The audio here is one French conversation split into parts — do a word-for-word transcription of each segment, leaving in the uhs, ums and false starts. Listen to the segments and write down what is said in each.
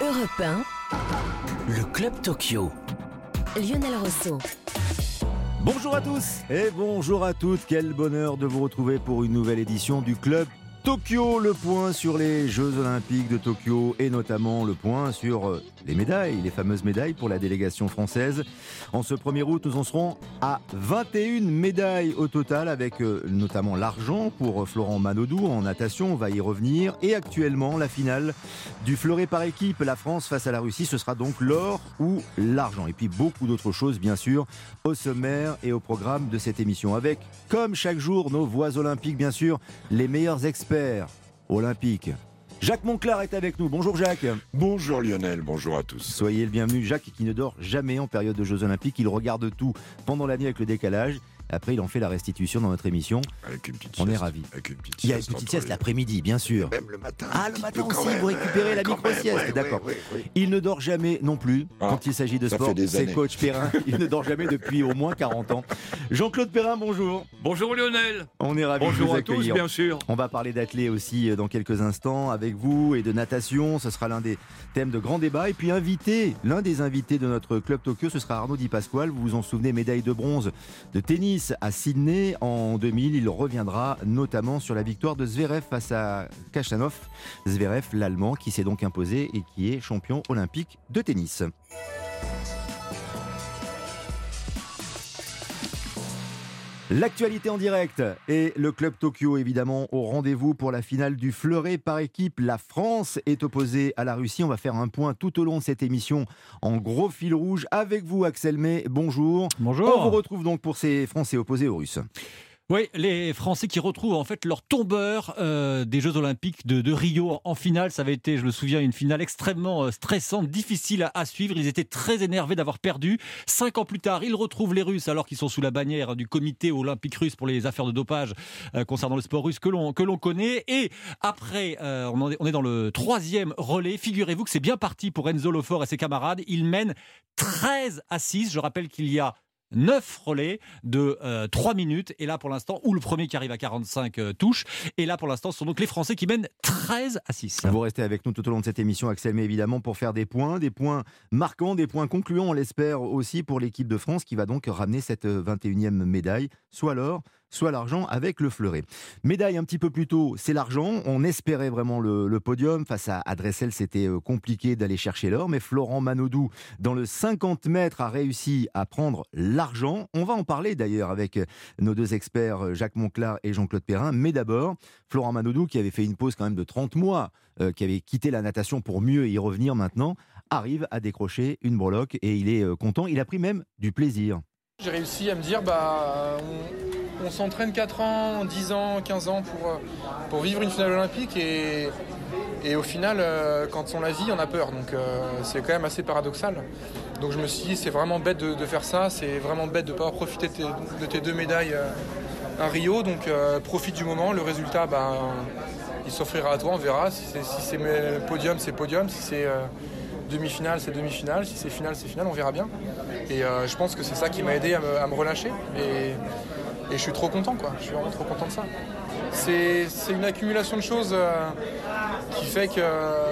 Europe un, Le Club Tokyo. Lionel Rousseau. Bonjour à tous et bonjour à toutes, quel bonheur de vous retrouver pour une nouvelle édition du Club Tokyo, le point sur les Jeux Olympiques de Tokyo et notamment le point sur les médailles, les fameuses médailles pour la délégation française. En ce premier août, nous en serons à vingt et une médailles au total avec notamment l'argent pour Florent Manodou en natation, on va y revenir. Et actuellement, la finale du fleuret par équipe, la France face à la Russie, ce sera donc l'or ou l'argent. Et puis beaucoup d'autres choses bien sûr au sommaire et au programme de cette émission avec, comme chaque jour, nos voix olympiques bien sûr, les meilleurs experts olympique. Jacques Monclar est avec nous. Bonjour Jacques. Bonjour Lionel, bonjour à tous. Soyez le bienvenu. Jacques qui ne dort jamais en période de Jeux Olympiques. Il regarde tout pendant l'année avec le décalage. Après, il en fait la restitution dans notre émission. Avec une petite On sieste. est ravis. Avec une petite Il y a une sieste petite entre sieste les- l'après-midi, bien sûr. Même le matin. Ah, un le petit matin peu quand aussi, même, vous récupérez la quand micro-sieste, même, ouais, d'accord. ouais, ouais, ouais. Il ne dort jamais non plus Ah, quand il s'agit de ça sport. fait des C'est années. coach Perrin. Il ne dort jamais depuis au moins quarante ans. Jean-Claude Perrin, bonjour. Bonjour Lionel. On est ravis de Bonjour vous à tous, accueillir. bien sûr. On va parler d'athlé aussi dans quelques instants avec vous et de natation. Ce sera l'un des thèmes de grand débat. Et puis invité, l'un des invités de notre Club Tokyo, ce sera Arnaud Di Pasquale. Vous vous en souvenez, médaille de bronze de tennis à Sydney en deux mille. Il reviendra notamment sur la victoire de Zverev face à Khachanov. Zverev, l'Allemand, qui s'est donc imposé et qui est champion olympique de tennis. L'actualité en direct et le Club Tokyo évidemment au rendez-vous pour la finale du fleuret par équipe. La France est opposée à la Russie. On va faire un point tout au long de cette émission en gros fil rouge avec vous Axel May. Bonjour. Bonjour. On vous retrouve donc pour ces Français opposés aux Russes. Oui, les Français qui retrouvent en fait leur tombeur euh, des Jeux Olympiques de, de Rio en finale. Ça avait été, je me souviens, une finale extrêmement euh, stressante, difficile à, à suivre. Ils étaient très énervés d'avoir perdu. Cinq ans plus tard, ils retrouvent les Russes alors qu'ils sont sous la bannière du comité olympique russe pour les affaires de dopage euh, concernant le sport russe que l'on, que l'on connaît. Et après, euh, on, en est, on est dans le troisième relais. Figurez-vous que c'est bien parti pour Enzo Lefort et ses camarades. Ils mènent treize à six. Je rappelle qu'il y a neuf relais de euh, trois minutes et là pour l'instant, ou le premier qui arrive à quarante-cinq euh, touches, et là pour l'instant ce sont donc les Français qui mènent treize à six. Vous restez avec nous tout au long de cette émission Axel May évidemment pour faire des points, des points marquants, des points concluants on l'espère aussi pour l'équipe de France qui va donc ramener cette vingt et unième médaille, soit l'or, soit l'argent avec le fleuret. Médaille un petit peu plus tôt, c'est l'argent. On espérait vraiment le, le podium. Face à Dressel, c'était compliqué d'aller chercher l'or. Mais Florent Manodou, dans le cinquante mètres, a réussi à prendre l'argent. On va en parler d'ailleurs avec nos deux experts, Jacques Monclar et Jean-Claude Perrin. Mais d'abord, Florent Manodou, qui avait fait une pause quand même de trente mois, euh, qui avait quitté la natation pour mieux y revenir maintenant, arrive à décrocher une breloque et il est euh, content. Il a pris même du plaisir. J'ai réussi à me dire, bah, on, on s'entraîne quatre ans, dix ans, quinze ans pour, pour vivre une finale olympique et, et au final, euh, quand on la vit, on a peur. Donc euh, c'est quand même assez paradoxal. Donc je me suis dit, c'est vraiment bête de, de faire ça, c'est vraiment bête de ne pas avoir profité de tes, de tes deux médailles euh, à Rio. Donc euh, profite du moment, le résultat, bah, il s'offrira à toi, on verra. Si c'est, si c'est podium, c'est podium. Si c'est euh, demi-finale, c'est demi-finale. Si c'est finale, c'est finale, on verra bien. Et euh, je pense que c'est ça qui m'a aidé à me, à me relâcher. Et, et je suis trop content, quoi. Je suis vraiment trop content de ça. C'est, c'est une accumulation de choses euh, qui fait que,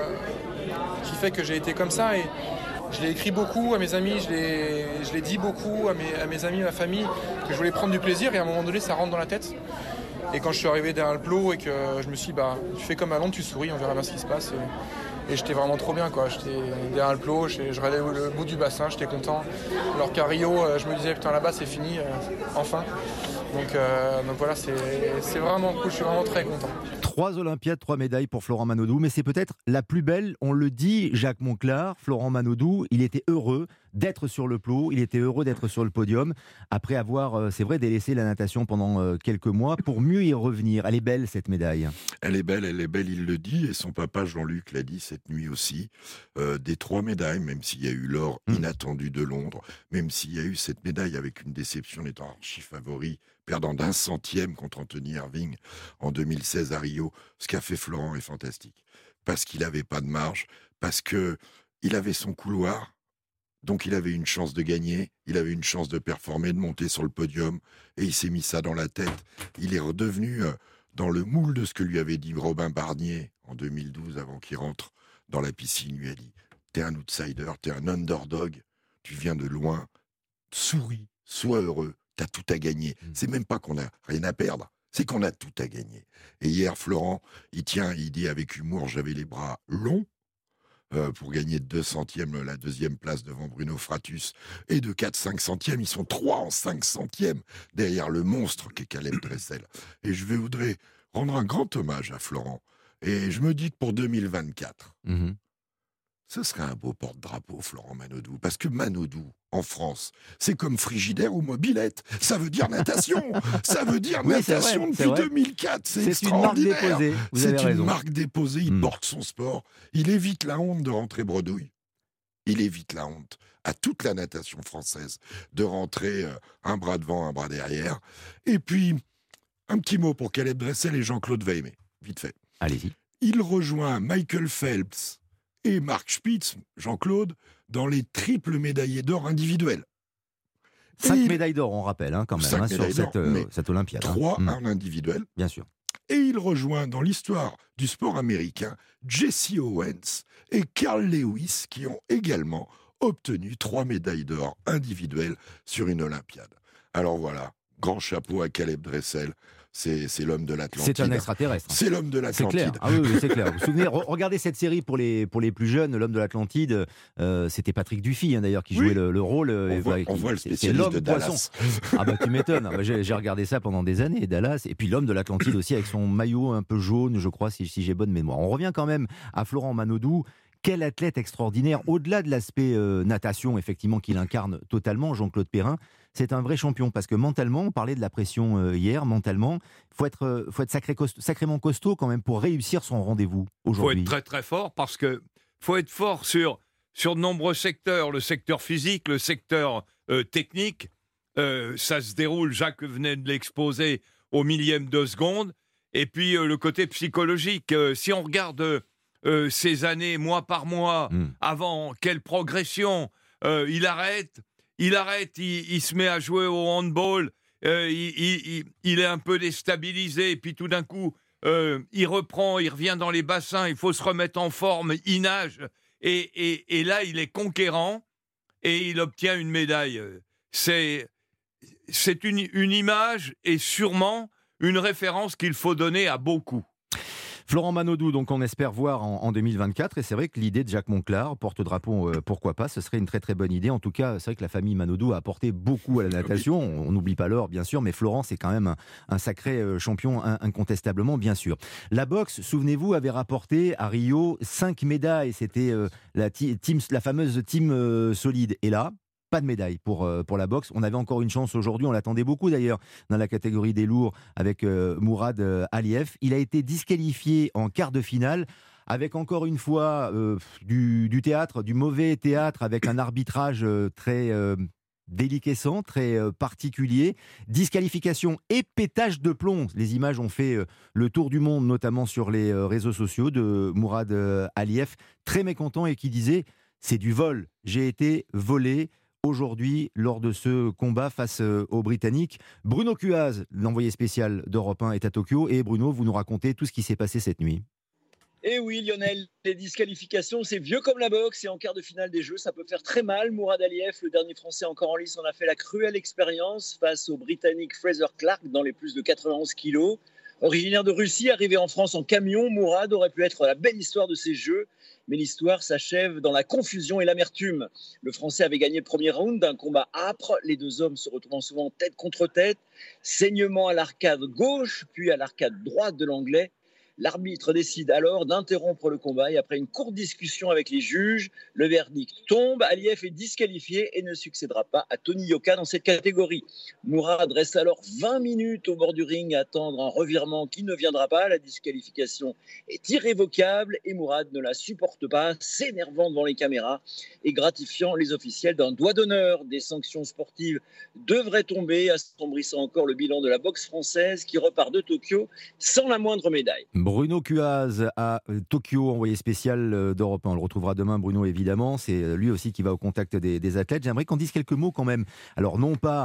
qui fait que j'ai été comme ça. Et je l'ai écrit beaucoup à mes amis, je l'ai, je l'ai dit beaucoup à mes, à mes amis, à ma famille, que je voulais prendre du plaisir. Et à un moment donné, ça rentre dans la tête. Et quand je suis arrivé derrière le plot et que je me suis dit, bah, tu fais comme à Londres, tu souris, on verra bien ce qui se passe. Et, et j'étais vraiment trop bien, quoi. J'étais derrière le plot, je, je regardais le bout du bassin, j'étais content. Alors qu'à Rio, je me disais, putain, là-bas, c'est fini, euh, enfin. Donc, euh, donc voilà, c'est, c'est vraiment cool, je suis vraiment très content. Trois Olympiades, trois médailles pour Florent Manodou, mais c'est peut-être la plus belle, on le dit, Jacques Monclar, Florent Manodou, il était heureux d'être sur le plot, il était heureux d'être sur le podium, après avoir, c'est vrai, délaissé la natation pendant quelques mois, pour mieux y revenir. Elle est belle, cette médaille. Elle est belle, elle est belle, il le dit, et son papa Jean-Luc l'a dit cette nuit aussi. Euh, des trois médailles, même s'il y a eu l'or mmh. inattendu de Londres, même s'il y a eu cette médaille avec une déception étant archi favori, perdant d'un centième contre Anthony Irving en deux mille seize à Rio, ce qu'a fait Florent est fantastique. Parce qu'il n'avait pas de marge, parce qu'il avait son couloir, donc il avait une chance de gagner, il avait une chance de performer, de monter sur le podium, et il s'est mis ça dans la tête. Il est redevenu euh, dans le moule de ce que lui avait dit Robin Barnier en deux mille douze, avant qu'il rentre dans la piscine. Il lui a dit t'es un outsider, t'es un underdog, tu viens de loin, souris, sois heureux, t'as tout à gagner. Mmh. C'est même pas qu'on a rien à perdre, c'est qu'on a tout à gagner. Et hier, Florent, il tient, il dit avec humour, j'avais les bras longs, Euh, pour gagner de deux centièmes la deuxième place devant Bruno Fratus, et de quatre cinq centièmes, ils sont trois en cinq centièmes derrière le monstre qu'est Caleb Dressel. Et je vais, voudrais rendre un grand hommage à Florent. Et je me dis que pour deux mille vingt-quatre, mmh. ce serait un beau porte-drapeau, Florent Manodou, parce que Manodou, en France, c'est comme frigidaire ou mobilette. Ça veut dire natation. Ça veut dire oui, natation vrai, depuis deux mille quatre. C'est, c'est extraordinaire. Une marque déposée. Vous c'est avez une raison. marque déposée. Il mmh. porte son sport. Il évite la honte de rentrer bredouille. Il évite la honte à toute la natation française de rentrer euh, un bras devant, un bras derrière. Et puis, un petit mot pour Caleb Dressel et Jean-Claude Vaimé. Vite fait. Allez-y. Il rejoint Michael Phelps et Mark Spitz, Jean-Claude, dans les triples médaillés d'or individuels. Cinq il... médailles d'or, on rappelle, hein, quand même, hein, sur cette, euh, cette Olympiade. Trois hein. en individuel. Bien sûr. Et il rejoint dans l'histoire du sport américain Jesse Owens et Carl Lewis, qui ont également obtenu trois médailles d'or individuelles sur une Olympiade. Alors voilà, grand chapeau à Caleb Dressel. C'est, c'est l'homme de l'Atlantide. C'est un extraterrestre. C'est l'homme de l'Atlantide. C'est clair. Ah oui, oui, c'est clair. Vous vous souvenez, re- regardez cette série pour les, pour les plus jeunes, l'homme de l'Atlantide. Euh, c'était Patrick Dufy, hein, d'ailleurs, qui jouait oui. le, le rôle. On, euh, voit, qui, on voit le spécialiste de Dallas. Ah bah tu m'étonnes. Ah bah, j'ai, j'ai regardé ça pendant des années, Dallas. Et puis l'homme de l'Atlantide aussi, avec son maillot un peu jaune, je crois, si, si j'ai bonne mémoire. On revient quand même à Florent Manodou. Quel athlète extraordinaire. Au-delà de l'aspect euh, natation, effectivement, qu'il incarne totalement, Jean-Claude Perrin, c'est un vrai champion. Parce que mentalement, on parlait de la pression euh, hier, mentalement, il faut être, euh, faut être sacré costaud, sacrément costaud quand même pour réussir son rendez-vous aujourd'hui. Il faut être très très fort parce que faut être fort sur, sur de nombreux secteurs. Le secteur physique, le secteur euh, technique, euh, ça se déroule, Jacques venait de l'exposer, au millième de seconde. Et puis euh, le côté psychologique, euh, si on regarde... Euh, ces années, mois par mois, mmh. avant, quelle progression, euh, il arrête, il arrête, il, il se met à jouer au handball, euh, il, il, il est un peu déstabilisé, et puis tout d'un coup, euh, il reprend, il revient dans les bassins, il faut se remettre en forme, il nage, et, et, et là, il est conquérant, et il obtient une médaille. C'est, c'est une, une image, et sûrement une référence qu'il faut donner à beaucoup. Florent Manodou, donc on espère voir en, en deux mille vingt-quatre, et c'est vrai que l'idée de Jacques Monclar, porte-drapeau, euh, pourquoi pas, ce serait une très très bonne idée. En tout cas, c'est vrai que la famille Manodou a apporté beaucoup à la natation. On n'oublie pas l'or, bien sûr, mais Florent, c'est quand même un, un sacré euh, champion, un, incontestablement, bien sûr. La boxe, souvenez-vous, avait rapporté à Rio cinq médailles. C'était euh, la, team, la fameuse team euh, solide. Et là, pas de médaille pour, euh, pour la boxe. On avait encore une chance aujourd'hui, on l'attendait beaucoup d'ailleurs, dans la catégorie des lourds avec euh, Mourad euh, Aliev. Il a été disqualifié en quart de finale avec encore une fois euh, du, du théâtre, du mauvais théâtre, avec un arbitrage euh, très euh, déliquescent, très euh, particulier. Disqualification et pétage de plomb. Les images ont fait euh, le tour du monde, notamment sur les euh, réseaux sociaux, de Mourad euh, Aliev, très mécontent et qui disait « c'est du vol, j'ai été volé ». Aujourd'hui, lors de ce combat face aux Britanniques. Bruno Cuaz, l'envoyé spécial d'Europe un, est à Tokyo. Et Bruno, vous nous racontez tout ce qui s'est passé cette nuit. Et oui, Lionel, les disqualifications, c'est vieux comme la boxe. Et en quart de finale des Jeux, ça peut faire très mal. Mourad Aliev, le dernier Français encore en lice, en a fait la cruelle expérience face au Britannique Fraser Clark dans les plus de quatre-vingt-onze kilos. Originaire de Russie, arrivé en France en camion, Mourad aurait pu être la belle histoire de ces Jeux. Mais l'histoire s'achève dans la confusion et l'amertume. Le Français avait gagné le premier round d'un combat âpre, les deux hommes se retrouvant souvent tête contre tête. Saignement à l'arcade gauche, puis à l'arcade droite de l'Anglais. L'arbitre décide alors d'interrompre le combat et après une courte discussion avec les juges, le verdict tombe. Aliev est disqualifié et ne succédera pas à Tony Yoka dans cette catégorie. Mourad reste alors vingt minutes au bord du ring à attendre un revirement qui ne viendra pas. La disqualification est irrévocable et Mourad ne la supporte pas, s'énervant devant les caméras et gratifiant les officiels d'un doigt d'honneur. Des sanctions sportives devraient tomber, assombrissant encore le bilan de la boxe française qui repart de Tokyo sans la moindre médaille. Bruno Cuaz à Tokyo, envoyé spécial d'Europe un. On le retrouvera demain, Bruno, évidemment. C'est lui aussi qui va au contact des, des athlètes. J'aimerais qu'on dise quelques mots quand même. Alors, non pas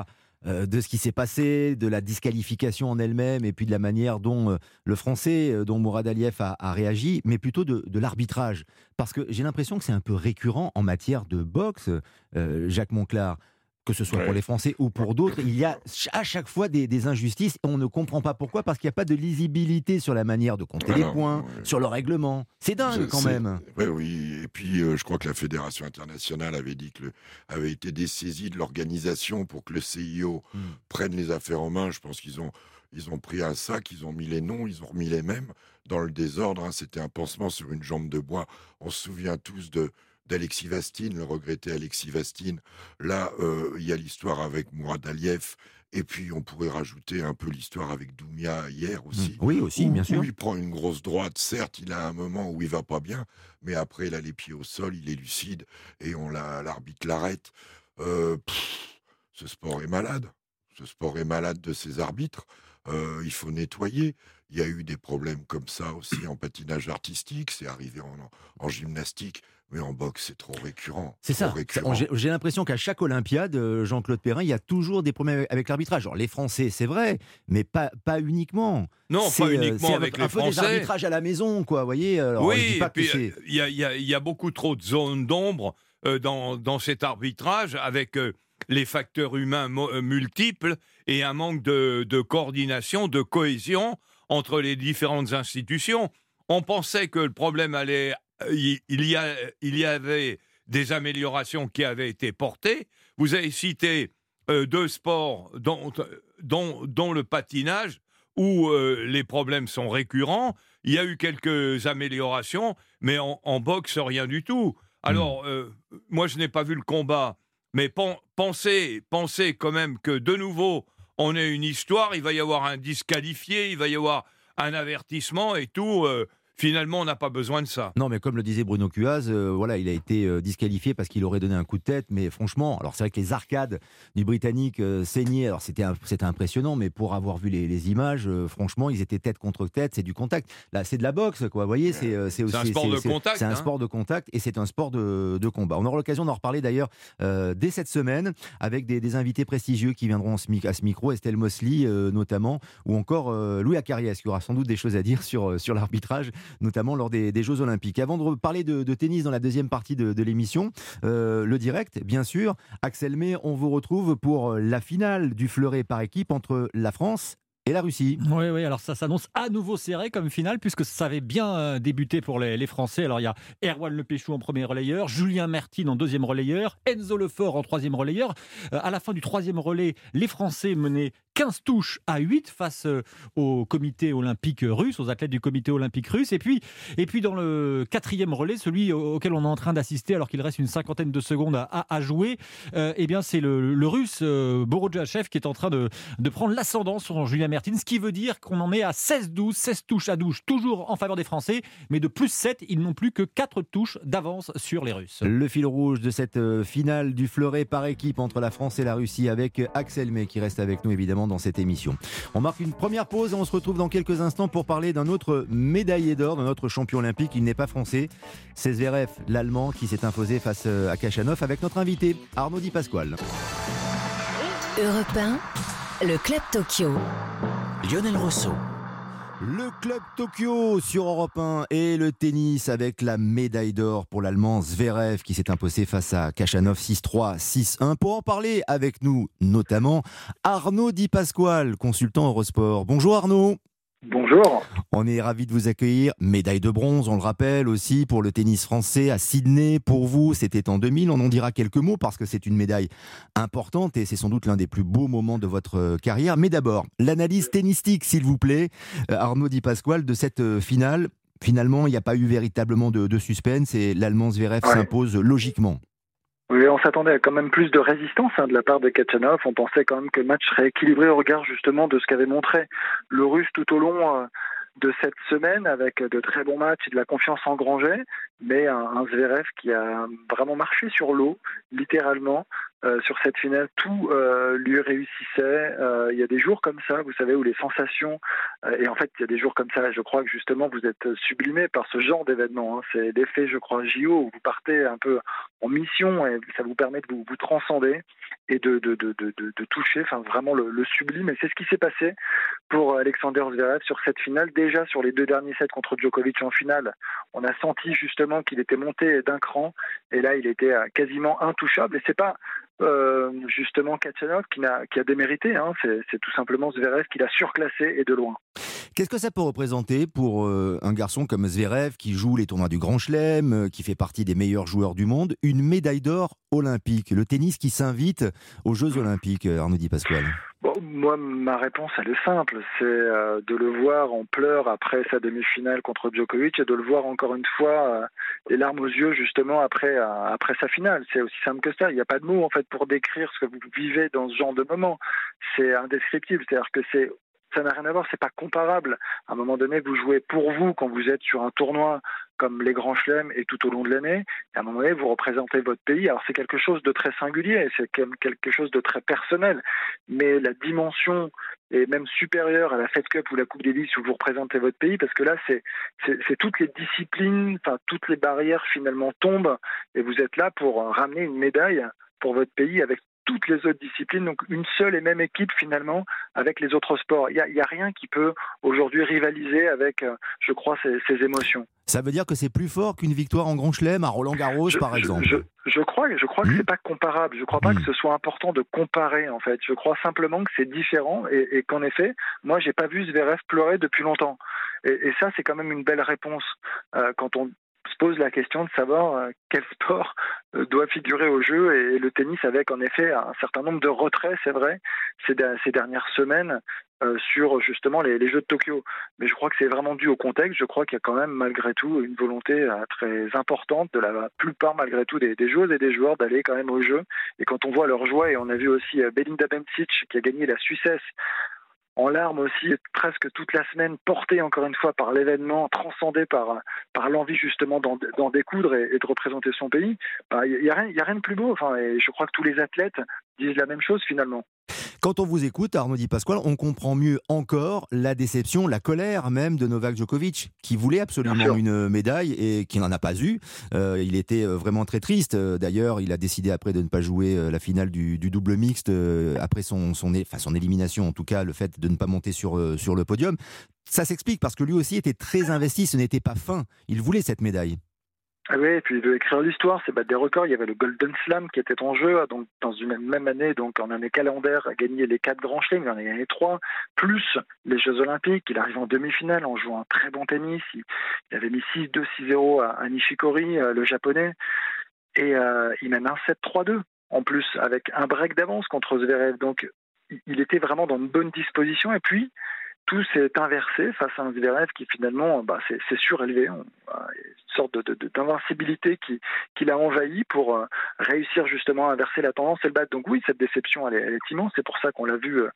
euh, de ce qui s'est passé, de la disqualification en elle-même et puis de la manière dont euh, le Français, euh, dont Mourad Aliyev a, a réagi, mais plutôt de, de l'arbitrage. Parce que j'ai l'impression que c'est un peu récurrent en matière de boxe, euh, Jacques Monclar. Que ce soit Ouais. pour les Français ou pour d'autres, il y a à chaque fois des, des injustices et on ne comprend pas pourquoi, parce qu'il n'y a pas de lisibilité sur la manière de compter Alors, les points, ouais. sur le règlement. C'est dingue C'est- quand c'est- même. Ouais, oui, et puis euh, je crois que la Fédération internationale avait dit que le, avait été dessaisie de l'organisation pour que le C I O Mm. prenne les affaires en main. Je pense qu'ils ont, ils ont pris un sac, ils ont mis les noms, ils ont remis les mêmes dans le désordre. Hein. C'était un pansement sur une jambe de bois. On se souvient tous de d'Alexis Vastine, le regretté Alexis Vastine. Là, euh, il y a l'histoire avec Mourad Aliyev. Et puis, on pourrait rajouter un peu l'histoire avec Doumia hier aussi. Mm. Oui, aussi, où, bien sûr. où il prend une grosse droite. Certes, il a un moment où il va pas bien, mais après, il a les pieds au sol, il est lucide, et on l'a, l'arbitre l'arrête. Euh, pff, ce sport est malade. Ce sport est malade de ses arbitres. Euh, il faut nettoyer. Il y a eu des problèmes comme ça aussi en patinage artistique. C'est arrivé en, en gymnastique. Mais en boxe, c'est trop récurrent. C'est trop ça. récurrent. J'ai, j'ai l'impression qu'à chaque Olympiade, euh, Jean-Claude Perrin, il y a toujours des problèmes avec, avec l'arbitrage. Alors, les Français, c'est vrai, mais pas, pas uniquement. Non, C'est, pas euh, uniquement c'est un- avec un les peu des Français. arbitrages à la maison, quoi. Vous voyez. Alors, je dis Oui, pas et que puis c'est. il y, a- y a- y a beaucoup trop de zones d'ombre euh, dans, dans cet arbitrage avec euh, les facteurs humains mo- euh, multiples et un manque de, de coordination, de cohésion entre les différentes institutions. On pensait que le problème allait... euh, Il il y, a, il y avait des améliorations qui avaient été portées. Vous avez cité euh, deux sports dont, dont, dont le patinage, où euh, les problèmes sont récurrents. Il y a eu quelques améliorations, mais en, en boxe, rien du tout. Alors, euh, moi, je n'ai pas vu le combat, mais pen- pensez, pensez quand même que, de nouveau, on ait une histoire, il va y avoir un disqualifié, il va y avoir un avertissement et tout. euh, Finalement, on n'a pas besoin de ça. Non, mais comme le disait Bruno Cuaz, euh, voilà, il a été euh, disqualifié parce qu'il aurait donné un coup de tête. Mais franchement, alors c'est vrai que les arcades du Britannique euh, saignaient. Alors c'était, un- c'était impressionnant, mais pour avoir vu les, les images, euh, franchement, ils étaient tête contre tête. C'est du contact. Là, c'est de la boxe, quoi. Vous voyez, c'est, euh, c'est aussi un sport de contact, C'est un hein. sport de contact et c'est un sport de, de combat. On aura l'occasion d'en reparler d'ailleurs euh, dès cette semaine avec des, des invités prestigieux qui viendront à ce, mic- à ce micro, Estelle Mosley euh, notamment, ou encore euh, Louis Acariès, qui aura sans doute des choses à dire sur, euh, sur l'arbitrage, notamment lors des, des Jeux Olympiques. Avant de parler de, de tennis dans la deuxième partie de, de l'émission, euh, le direct, bien sûr. Axel May, on vous retrouve pour la finale du fleuret par équipe entre la France et la Russie. Oui, oui, alors ça s'annonce à nouveau serré comme finale, puisque ça avait bien euh, débuté pour les, les Français. Alors il y a Erwan Le Péchou en premier relayeur, Julien Mertine en deuxième relayeur, Enzo Lefort en troisième relayeur. Euh, à la fin du troisième relais, les Français menaient quinze touches à huit face euh, au comité olympique russe, aux athlètes du comité olympique russe. Et puis, et puis dans le quatrième relais, celui auquel on est en train d'assister, alors qu'il reste une cinquantaine de secondes à, à, à jouer, euh, eh bien c'est le, le russe euh, Borodjachev qui est en train de, de prendre l'ascendant sur Julien Mertine, ce qui veut dire qu'on en est à seize douze, seize touches à douze, toujours en faveur des Français, mais de plus sept, ils n'ont plus que quatre touches d'avance sur les Russes. Le fil rouge de cette euh, finale du fleuret par équipe entre la France et la Russie avec Axel May qui reste avec nous évidemment dans cette émission. On marque une première pause et on se retrouve dans quelques instants pour parler d'un autre médaillé d'or, d'un autre champion olympique. Il n'est pas français, c'est Zverev, l'Allemand, qui s'est imposé face à Khachanov avec notre invité Arnaud Di Pasquale. Europe un, le Club Tokyo. Lionel Rousseau. Le Club Tokyo sur Europe un et le tennis avec la médaille d'or pour l'Allemand Zverev qui s'est imposé face à Khachanov six trois, six un. Pour en parler avec nous, notamment Arnaud Di Pasquale, consultant Eurosport. Bonjour Arnaud. Bonjour. On est ravis de vous accueillir. Médaille de bronze, on le rappelle aussi, pour le tennis français à Sydney. Pour vous, c'était en deux mille. On en dira quelques mots parce que c'est une médaille importante et c'est sans doute l'un des plus beaux moments de votre carrière. Mais d'abord, l'analyse tennistique, s'il vous plaît, Arnaud Di Pasquale, de cette finale. Finalement, il n'y a pas eu véritablement de, de suspense et l'Allemand Zverev ouais. s'impose logiquement. Oui, on s'attendait à quand même plus de résistance hein, de la part de Khachanov. On pensait quand même que le match serait équilibré au regard justement de ce qu'avait montré le Russe tout au long euh, de cette semaine avec de très bons matchs et de la confiance engrangée. Mais un, un Zverev qui a vraiment marché sur l'eau, littéralement, euh, sur cette finale, tout euh, lui réussissait. Euh, il y a des jours comme ça, vous savez, où les sensations, euh, et en fait, il y a des jours comme ça, je crois que justement, vous êtes sublimé par ce genre d'événement. Hein. C'est l'effet, je crois, J O, où vous partez un peu en mission et ça vous permet de vous, vous transcender et de, de, de, de, de, de toucher enfin, vraiment le, le sublime. Et c'est ce qui s'est passé pour Alexander Zverev sur cette finale. Déjà, sur les deux derniers sets contre Djokovic en finale, on a senti justement qu'il était monté d'un cran. Et là, il était quasiment intouchable. Et c'est pas euh, justement Khachanov qui a, qui a démérité. Hein. C'est, c'est tout simplement Zverev qui l'a surclassé et de loin. Qu'est-ce que ça peut représenter pour euh, un garçon comme Zverev qui joue les tournois du Grand Chelem, euh, qui fait partie des meilleurs joueurs du monde, une médaille d'or olympique, le tennis qui s'invite aux Jeux Olympiques, Arnaud Di Pasquale? Bon, moi, ma réponse, elle est simple. C'est euh, de le voir en pleurs après sa demi-finale contre Djokovic et de le voir encore une fois euh, les larmes aux yeux justement après, euh, après sa finale. C'est aussi simple que ça. Il n'y a pas de mots en fait pour décrire ce que vous vivez dans ce genre de moment. C'est indescriptible. C'est-à-dire que c'est ça n'a rien à voir, c'est pas comparable. À un moment donné, vous jouez pour vous quand vous êtes sur un tournoi comme les Grands Chelems et tout au long de l'année. Et à un moment donné, vous représentez votre pays. Alors c'est quelque chose de très singulier, c'est quand même quelque chose de très personnel. Mais la dimension est même supérieure à la Fed Cup ou la Coupe Davis où vous représentez votre pays, parce que là, c'est, c'est, c'est toutes les disciplines, enfin toutes les barrières finalement tombent, et vous êtes là pour ramener une médaille pour votre pays avec toutes les autres disciplines, donc une seule et même équipe finalement avec les autres sports. Il n'y a, y a rien qui peut aujourd'hui rivaliser avec, euh, je crois, ces, ces émotions. Ça veut dire que c'est plus fort qu'une victoire en Grand Chelem à Roland-Garros, je, par exemple. Je, je, je crois, je crois mmh. que c'est pas comparable. Je crois pas mmh. que ce soit important de comparer, en fait. Je crois simplement que c'est différent et, et qu'en effet, moi, j'ai pas vu Zverev pleurer depuis longtemps. Et, et ça, c'est quand même une belle réponse euh, quand on se pose la question de savoir euh, quel sport euh, doit figurer au jeu, et, et le tennis avec en effet un certain nombre de retraits, c'est vrai, ces, ces dernières semaines euh, sur justement les, les Jeux de Tokyo. Mais je crois que c'est vraiment dû au contexte. Je crois qu'il y a quand même malgré tout une volonté euh, très importante de la plupart malgré tout des, des joueuses et des joueurs d'aller quand même au jeu. Et quand on voit leur joie, et on a vu aussi euh, Belinda Bencic qui a gagné la Suissesse en larmes aussi, presque toute la semaine, portée encore une fois par l'événement, transcendée par, par l'envie justement d'en, d'en découdre et, et de représenter son pays. Il bah, n'y a, a, a rien de plus beau. Enfin, et je crois que tous les athlètes disent la même chose finalement. Quand on vous écoute, Arnaud Di Pasquale, on comprend mieux encore la déception, la colère même de Novak Djokovic, qui voulait absolument une médaille et qui n'en a pas eu. Euh, il était vraiment très triste. D'ailleurs, il a décidé après de ne pas jouer la finale du, du double mixte, après son, son, enfin son élimination, en tout cas, le fait de ne pas monter sur, sur le podium. Ça s'explique parce que lui aussi était très investi, ce n'était pas fin. Il voulait cette médaille. Ah oui, et puis il veut écrire l'histoire, c'est battre des records. Il y avait le Golden Slam qui était en jeu, donc dans une même année, donc en année calendaire, a gagné les quatre grands chelems, il en a gagné trois, plus les Jeux Olympiques. Il arrive en demi-finale en jouant un très bon tennis. Il, il avait mis six deux, six zéro à, à Nishikori, euh, le japonais, et euh, il mène un sept trois deux en plus, avec un break d'avance contre Zverev. Donc il était vraiment dans une bonne disposition, et puis tout s'est inversé face à un Zverev qui finalement bah, c'est, c'est surélevé, on, bah, une sorte de, de, d'invincibilité qui, qui l'a envahi pour euh, réussir justement à inverser la tendance et le battre. Donc oui, cette déception, elle est, elle est immense. C'est pour ça qu'on l'a vu euh,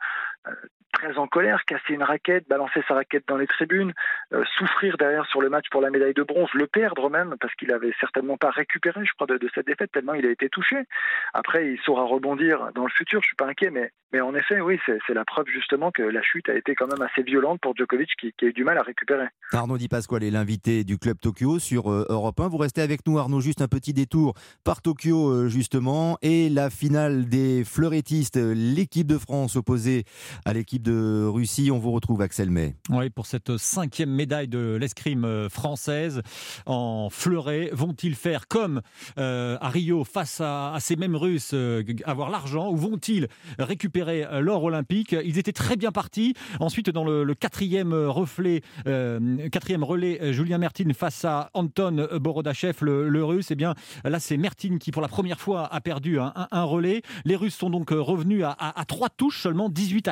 très en colère, casser une raquette, balancer sa raquette dans les tribunes, euh, souffrir derrière sur le match pour la médaille de bronze, le perdre même, parce qu'il avait certainement pas récupéré, je crois, de, de cette défaite, tellement il a été touché. Après, il saura rebondir dans le futur, je suis pas inquiet, mais, mais en effet, oui, c'est, c'est la preuve justement que la chute a été quand même assez violente pour Djokovic qui, qui a eu du mal à récupérer. Arnaud Di Pasquale est l'invité du Club Tokyo sur euh, Europe un. Vous restez avec nous, Arnaud, juste un petit détour par Tokyo euh, justement, et la finale des fleurettistes, l'équipe de France opposée à l'équipe de Russie. On vous retrouve, Axel May. Oui, pour cette cinquième médaille de l'escrime française en fleuret. Vont-ils faire comme euh, à Rio face à, à ces mêmes Russes, euh, avoir l'argent, ou vont-ils récupérer l'or olympique? Ils étaient très bien partis. Ensuite, dans le, le quatrième reflet, euh, quatrième relais, Julien Mertin face à Anton Borodachev, le, le russe. Eh bien, là, c'est Mertin qui, pour la première fois, a perdu un, un, un relais. Les Russes sont donc revenus à, à, à trois touches seulement, dix-huit à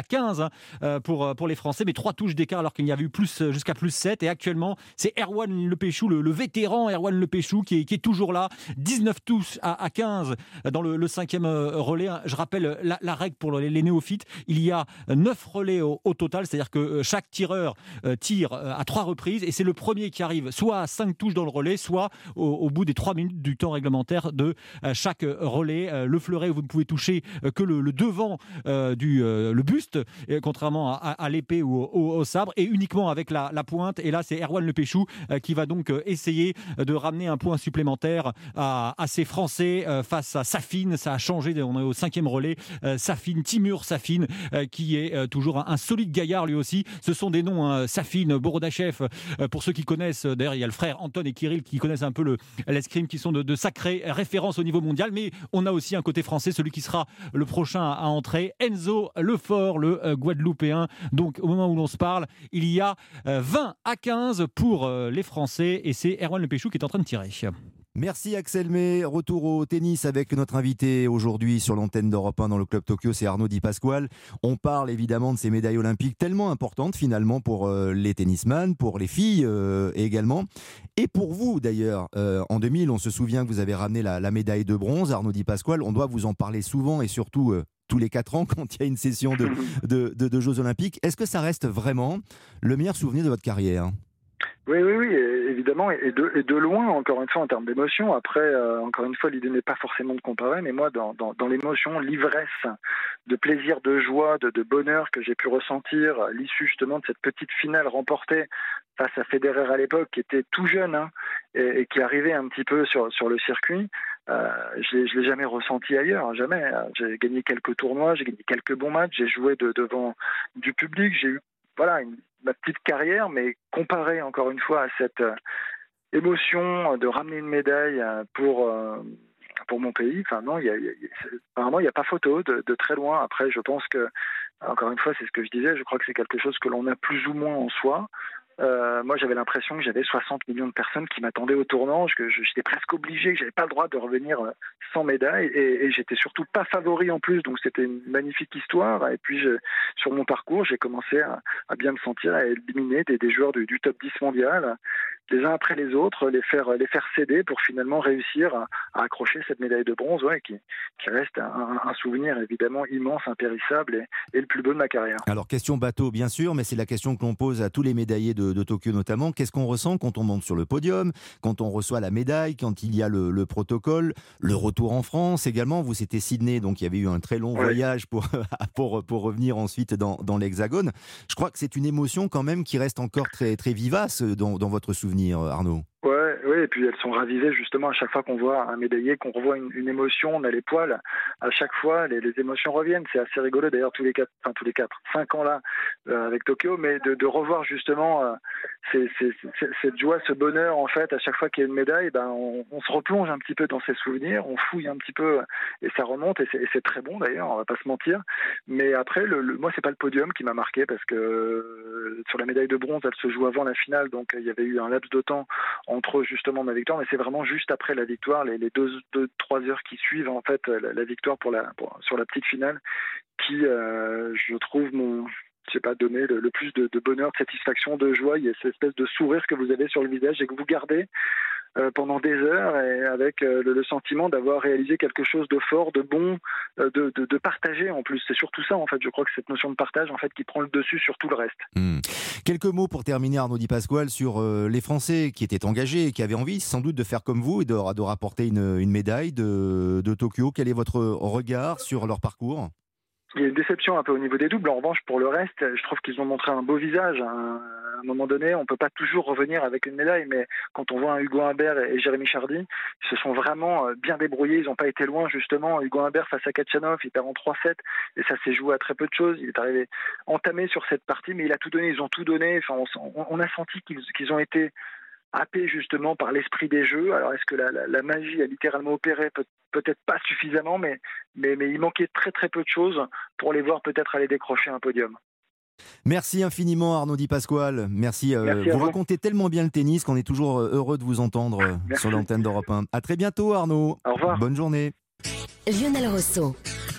quinze hein, pour, pour les Français, mais trois touches d'écart alors qu'il y avait eu plus, jusqu'à plus sept. Et actuellement, c'est Erwan Lepechou, le, le vétéran Erwan Lepechou, qui est, qui est toujours là. dix-neuf touches à, à quinze dans le, le cinquième relais. Je rappelle la, la règle pour les, les néophytes. Il y a neuf relais au, au total, c'est-à-dire que chaque tireur euh, tire à trois reprises et c'est le premier qui arrive soit à cinq touches dans le relais, soit au, au bout des trois minutes du temps réglementaire de euh, chaque relais. Euh, le fleuret, vous ne pouvez toucher euh, que le, le devant euh, du euh, le buste, euh, contrairement à, à, à l'épée ou au, au sabre, et uniquement avec la, la pointe. Et là, c'est Erwan Lepechou euh, qui va donc euh, essayer de ramener un point supplémentaire à, à ces Français euh, face à Safin. Ça a changé, on est au cinquième relais. Euh, Safin, Timur Safin, euh, qui est euh, toujours un, un solide gaillard lui aussi. Ce sont des noms, hein, Safin, Borodachev, euh, pour ceux qui connaissent. D'ailleurs, il y a le frère Anton et Kirill qui connaissent un peu le, l'escrime, qui sont de, de sacrées références au niveau mondial. Mais on a aussi un côté français, celui qui sera le prochain à entrer, Enzo Lefort, le euh, Guadeloupéen. Donc, au moment où l'on se parle, il y a euh, vingt à quinze pour euh, les Français et c'est Erwan Lepechou qui est en train de tirer. Merci Axel May. Retour au tennis avec notre invité aujourd'hui sur l'antenne d'Europe un dans le Club Tokyo, c'est Arnaud Di Pasquale. On parle évidemment de ces médailles olympiques tellement importantes finalement pour euh, les tennisman, pour les filles euh, également. Et pour vous d'ailleurs, euh, en deux mille, on se souvient que vous avez ramené la, la médaille de bronze, Arnaud Di Pasquale. On doit vous en parler souvent et surtout euh, tous les quatre ans quand il y a une session de, de, de, de Jeux Olympiques. Est-ce que ça reste vraiment le meilleur souvenir de votre carrière ? Oui, oui, oui, évidemment, et de, et de loin, encore une fois, en termes d'émotion. Après, euh, encore une fois, l'idée n'est pas forcément de comparer, mais moi, dans, dans, dans l'émotion, l'ivresse de plaisir, de joie, de, de bonheur que j'ai pu ressentir à l'issue justement de cette petite finale remportée face à Federer à l'époque, qui était tout jeune hein, et, et qui arrivait un petit peu sur, sur le circuit, euh, je ne l'ai jamais ressenti ailleurs, jamais. J'ai gagné quelques tournois, j'ai gagné quelques bons matchs, j'ai joué de, devant du public, j'ai eu voilà, une, ma petite carrière, mais comparée encore une fois à cette euh, émotion de ramener une médaille pour, euh, pour mon pays, enfin non, il y a, il y a, apparemment il n'y a pas photo de, de très loin. Après, je pense que, encore une fois, c'est ce que je disais, je crois que c'est quelque chose que l'on a plus ou moins en soi. Euh, moi, j'avais l'impression que j'avais soixante millions de personnes qui m'attendaient au tournant, que je, j'étais presque obligé, que j'avais pas le droit de revenir sans médaille, et, et j'étais surtout pas favori en plus, donc c'était une magnifique histoire. Et puis, je, sur mon parcours, j'ai commencé à, à bien me sentir, à éliminer des, des joueurs du, du top dix mondial, les uns après les autres, les faire, les faire céder pour finalement réussir à, à accrocher cette médaille de bronze, ouais, qui, qui reste un, un souvenir évidemment immense, impérissable et, et le plus beau de ma carrière. Alors, question bateau, bien sûr, mais c'est la question que l'on pose à tous les médaillés de, de Tokyo notamment. Qu'est-ce qu'on ressent quand on monte sur le podium, quand on reçoit la médaille, quand il y a le, le protocole, le retour en France également? Vous, c'était Sydney, donc il y avait eu un très long ouais. voyage pour, pour, pour revenir ensuite dans, dans l'Hexagone. Je crois que c'est une émotion quand même qui reste encore très, très vivace dans, dans votre souvenir, Arnaud. Ouais, ouais, et puis elles sont ravivées justement à chaque fois qu'on voit un médaillé, qu'on revoit une, une émotion, on a les poils. À chaque fois, les, les émotions reviennent. C'est assez rigolo d'ailleurs tous les quatre, enfin tous les quatre, cinq ans là euh, avec Tokyo, mais de, de revoir justement euh, c'est, c'est, c'est, cette joie, ce bonheur en fait. À chaque fois qu'il y a une médaille, ben on, on se replonge un petit peu dans ses souvenirs, on fouille un petit peu et ça remonte et c'est, et c'est très bon d'ailleurs. On va pas se mentir. Mais après, le, le, moi c'est pas le podium qui m'a marqué parce que euh, sur la médaille de bronze, elle se joue avant la finale, donc il y avait eu un laps de temps entre justement ma victoire, mais c'est vraiment juste après la victoire, les, les deux, deux, trois heures qui suivent en fait la, la victoire pour la, pour, sur la petite finale, qui euh, je trouve mon, je sais pas, donner le, le plus de, de bonheur, de satisfaction, de joie. Il y a cette espèce de sourire que vous avez sur le visage et que vous gardez euh, pendant des heures, et avec euh, le, le sentiment d'avoir réalisé quelque chose de fort, de bon, euh, de, de, de partagé en plus. C'est surtout ça en fait. Je crois que cette notion de partage en fait qui prend le dessus sur tout le reste. Mmh. Quelques mots pour terminer, Arnaud Di Pasquale, sur euh, les Français qui étaient engagés et qui avaient envie sans doute de faire comme vous et de, de rapporter une, une médaille de, de Tokyo. Quel est votre regard sur leur parcours ? Il y a une déception un peu au niveau des doubles. En revanche, pour le reste, je trouve qu'ils ont montré un beau visage. À un moment donné, on ne peut pas toujours revenir avec une médaille, mais quand on voit un Hugo Humbert et Jérémy Chardy, ils se sont vraiment bien débrouillés. Ils n'ont pas été loin, justement. Hugo Humbert face à Khachanov, il perd en trois sept, et ça s'est joué à très peu de choses. Il est arrivé entamé sur cette partie, mais il a tout donné. Ils ont tout donné. Enfin, on, on a senti qu'ils, qu'ils ont été happés justement par l'esprit des jeux. Alors est-ce que la, la, la magie a littéralement opéré? Peut, peut-être pas suffisamment, mais, mais, mais il manquait très très peu de choses pour les voir peut-être aller décrocher un podium. Merci infiniment Arnaud Di Pasquale. Merci, euh, Merci vous, vous racontez tellement bien le tennis qu'on est toujours heureux de vous entendre Merci. Sur l'antenne d'Europe un. À très bientôt Arnaud. Au revoir. Bonne journée. Lionel Rousseau.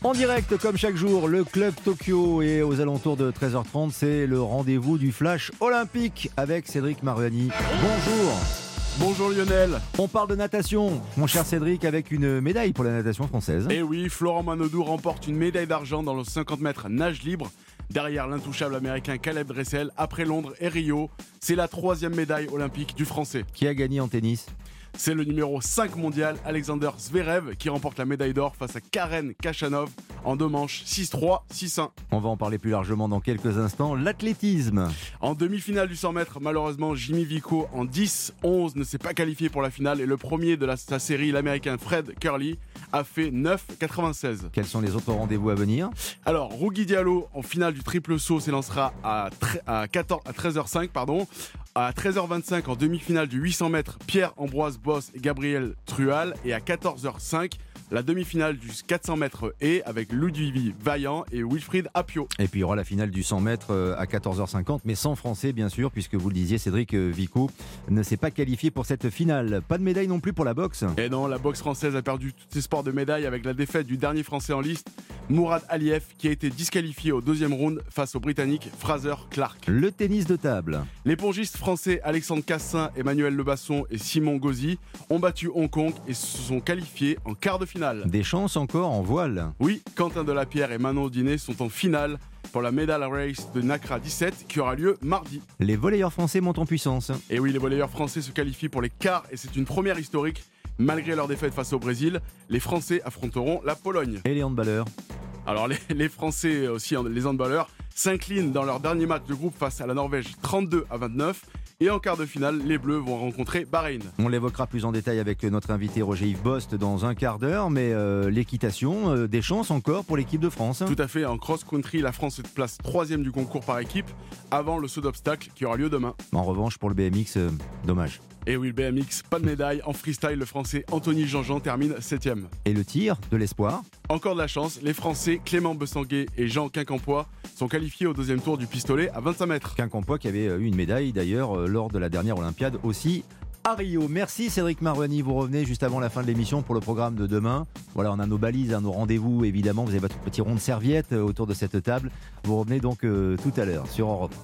En direct, comme chaque jour, le Club Tokyo et aux alentours de treize heures trente, c'est le rendez-vous du Flash Olympique avec Cédric Mariani. Bonjour. Bonjour Lionel. On parle de natation, mon cher Cédric, avec une médaille pour la natation française. Et oui, Florent Manodou remporte une médaille d'argent dans le cinquante mètres nage libre. Derrière l'intouchable américain Caleb Dressel, après Londres et Rio, c'est la troisième médaille olympique du Français. Qui a gagné en tennis ? C'est le numéro cinq mondial, Alexander Zverev, qui remporte la médaille d'or face à Karen Khachanov en deux manches, six trois, six un. On va en parler plus largement dans quelques instants. L'athlétisme. En demi-finale du cent mètres, malheureusement, Jimmy Vico en dix onze ne s'est pas qualifié pour la finale et le premier de la, sa série, l'américain Fred Curley, a fait neuf quatre-vingt-seize. Quels sont les autres rendez-vous à venir ? Alors, Rougui Diallo, en finale du triple saut, s'élancera à, tre- à, quatorze, à treize heures cinq, pardon. À treize heures vingt-cinq, en demi-finale du huit cents mètres, Pierre-Ambroise Boss et Gabriel Trual. Et à quatorze heures cinq, la demi-finale du quatre cents mètres et avec Ludwig Vaillant et Wilfried Apio. Et puis il y aura la finale du cent mètres à quatorze heures cinquante, mais sans Français bien sûr, puisque vous le disiez, Cédric Vico ne s'est pas qualifié pour cette finale. Pas de médaille non plus pour la boxe. Et non, la boxe française a perdu tous ses sports de médailles avec la défaite du dernier Français en liste, Mourad Aliev, qui a été disqualifié au deuxième round face au Britannique Fraser Clark. Le tennis de table. Les pongistes français Alexandre Cassin, Emmanuel Lebasson et Simon Gauzy ont battu Hong Kong et se sont qualifiés en quart de finale. Des chances encore en voile. Oui, Quentin Delapierre et Manon Dinet sont en finale pour la Medal Race de Nacra dix-sept qui aura lieu mardi. Les volleyeurs français montent en puissance. Et oui, les volleyeurs français se qualifient pour les quarts et c'est une première historique. Malgré leur défaite face au Brésil, les Français affronteront la Pologne. Et les handballeurs ? Alors les, les Français aussi, les handballeurs, s'inclinent dans leur dernier match de groupe face à la Norvège trente-deux à vingt-neuf. Et en quart de finale, les Bleus vont rencontrer Bahreïn. On l'évoquera plus en détail avec notre invité Roger-Yves Bost dans un quart d'heure, mais euh, l'équitation, euh, des chances encore pour l'équipe de France. Tout à fait, en cross-country, la France se place troisième du concours par équipe, avant le saut d'obstacle qui aura lieu demain. En revanche, pour le B M X, euh, dommage. Et oui, le B M X, pas de médaille. En freestyle, le Français Anthony Jean-Jean termine septième. Et le tir, de l'espoir. Encore de la chance, les Français Clément Bessanguet et Jean Quincampoix sont qualifiés au deuxième tour du pistolet à vingt-cinq mètres. Quincampoix qui avait eu une médaille d'ailleurs euh, lors de la dernière Olympiade aussi à Rio. Merci Cédric Mariani, vous revenez juste avant la fin de l'émission pour le programme de demain. Voilà, on a nos balises, hein, nos rendez-vous évidemment, vous avez votre petit rond de serviette euh, autour de cette table. Vous revenez donc euh, tout à l'heure sur Europe.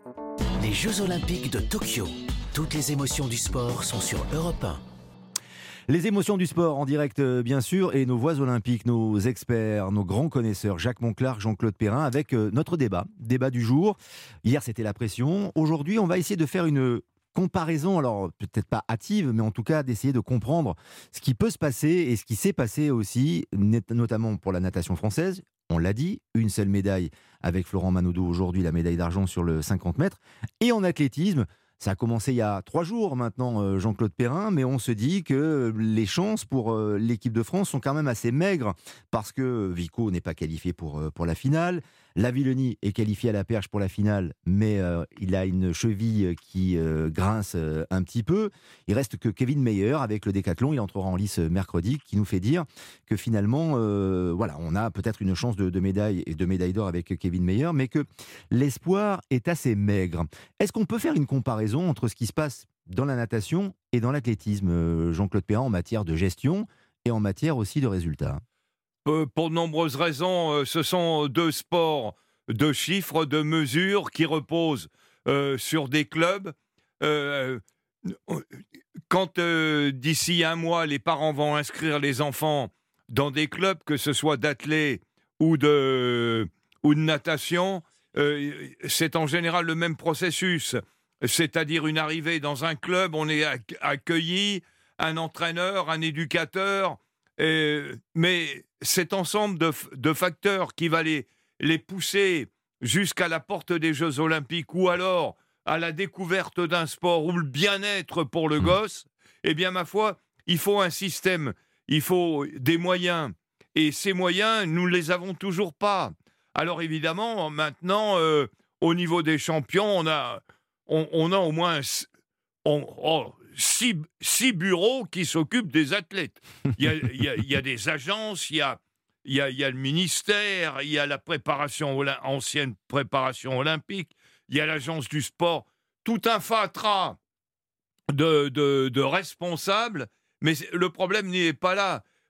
Les Jeux Olympiques de Tokyo. Toutes les émotions du sport sont sur Europe un. Les émotions du sport en direct, euh, bien sûr, et nos voix olympiques, nos experts, nos grands connaisseurs, Jacques Monclarc, Jean-Claude Perrin, avec euh, notre débat, débat du jour. Hier, c'était la pression. Aujourd'hui, on va essayer de faire une comparaison, alors peut-être pas hâtive, mais en tout cas d'essayer de comprendre ce qui peut se passer et ce qui s'est passé aussi, notamment pour la natation française. On l'a dit, une seule médaille avec Florent Manodou aujourd'hui, la médaille d'argent sur le cinquante mètres. Et en athlétisme, ça a commencé il y a trois jours maintenant, Jean-Claude Perrin, mais on se dit que les chances pour l'équipe de France sont quand même assez maigres parce que Vico n'est pas qualifié pour, pour la finale. Lavillenie est qualifié à la perche pour la finale, mais euh, il a une cheville qui euh, grince euh, un petit peu. Il reste que Kevin Mayer avec le décathlon. Il entrera en lice mercredi, qui nous fait dire que finalement, euh, voilà, on a peut-être une chance de, de médaille et de médaille d'or avec Kevin Mayer, mais que l'espoir est assez maigre. Est-ce qu'on peut faire une comparaison entre ce qui se passe dans la natation et dans l'athlétisme, Jean-Claude Perrin, en matière de gestion et en matière aussi de résultats ? Pour de nombreuses raisons, ce sont deux sports de chiffres, de mesures qui reposent euh, sur des clubs. Euh, quand euh, d'ici un mois, les parents vont inscrire les enfants dans des clubs, que ce soit d'athlètes ou de, ou de natation, euh, c'est en général le même processus. C'est-à-dire une arrivée dans un club, on est accueilli, un entraîneur, un éducateur, et, mais cet ensemble de, de facteurs qui va les, les pousser jusqu'à la porte des Jeux Olympiques ou alors à la découverte d'un sport ou le bien-être pour le gosse, eh bien, ma foi, il faut un système, il faut des moyens. Et ces moyens, nous ne les avons toujours pas. Alors évidemment, maintenant, euh, au niveau des champions, on a, on, on a au moins on, oh, six, six bureaux qui s'occupent des athlètes. Il y a, il y a, il y a des agences, il y a, il y a, il y a le ministère, il y a la préparation, ancienne préparation olympique, il y a l'agence du sport, tout un fatras de, de, de responsables, mais le problème n'y est pas là.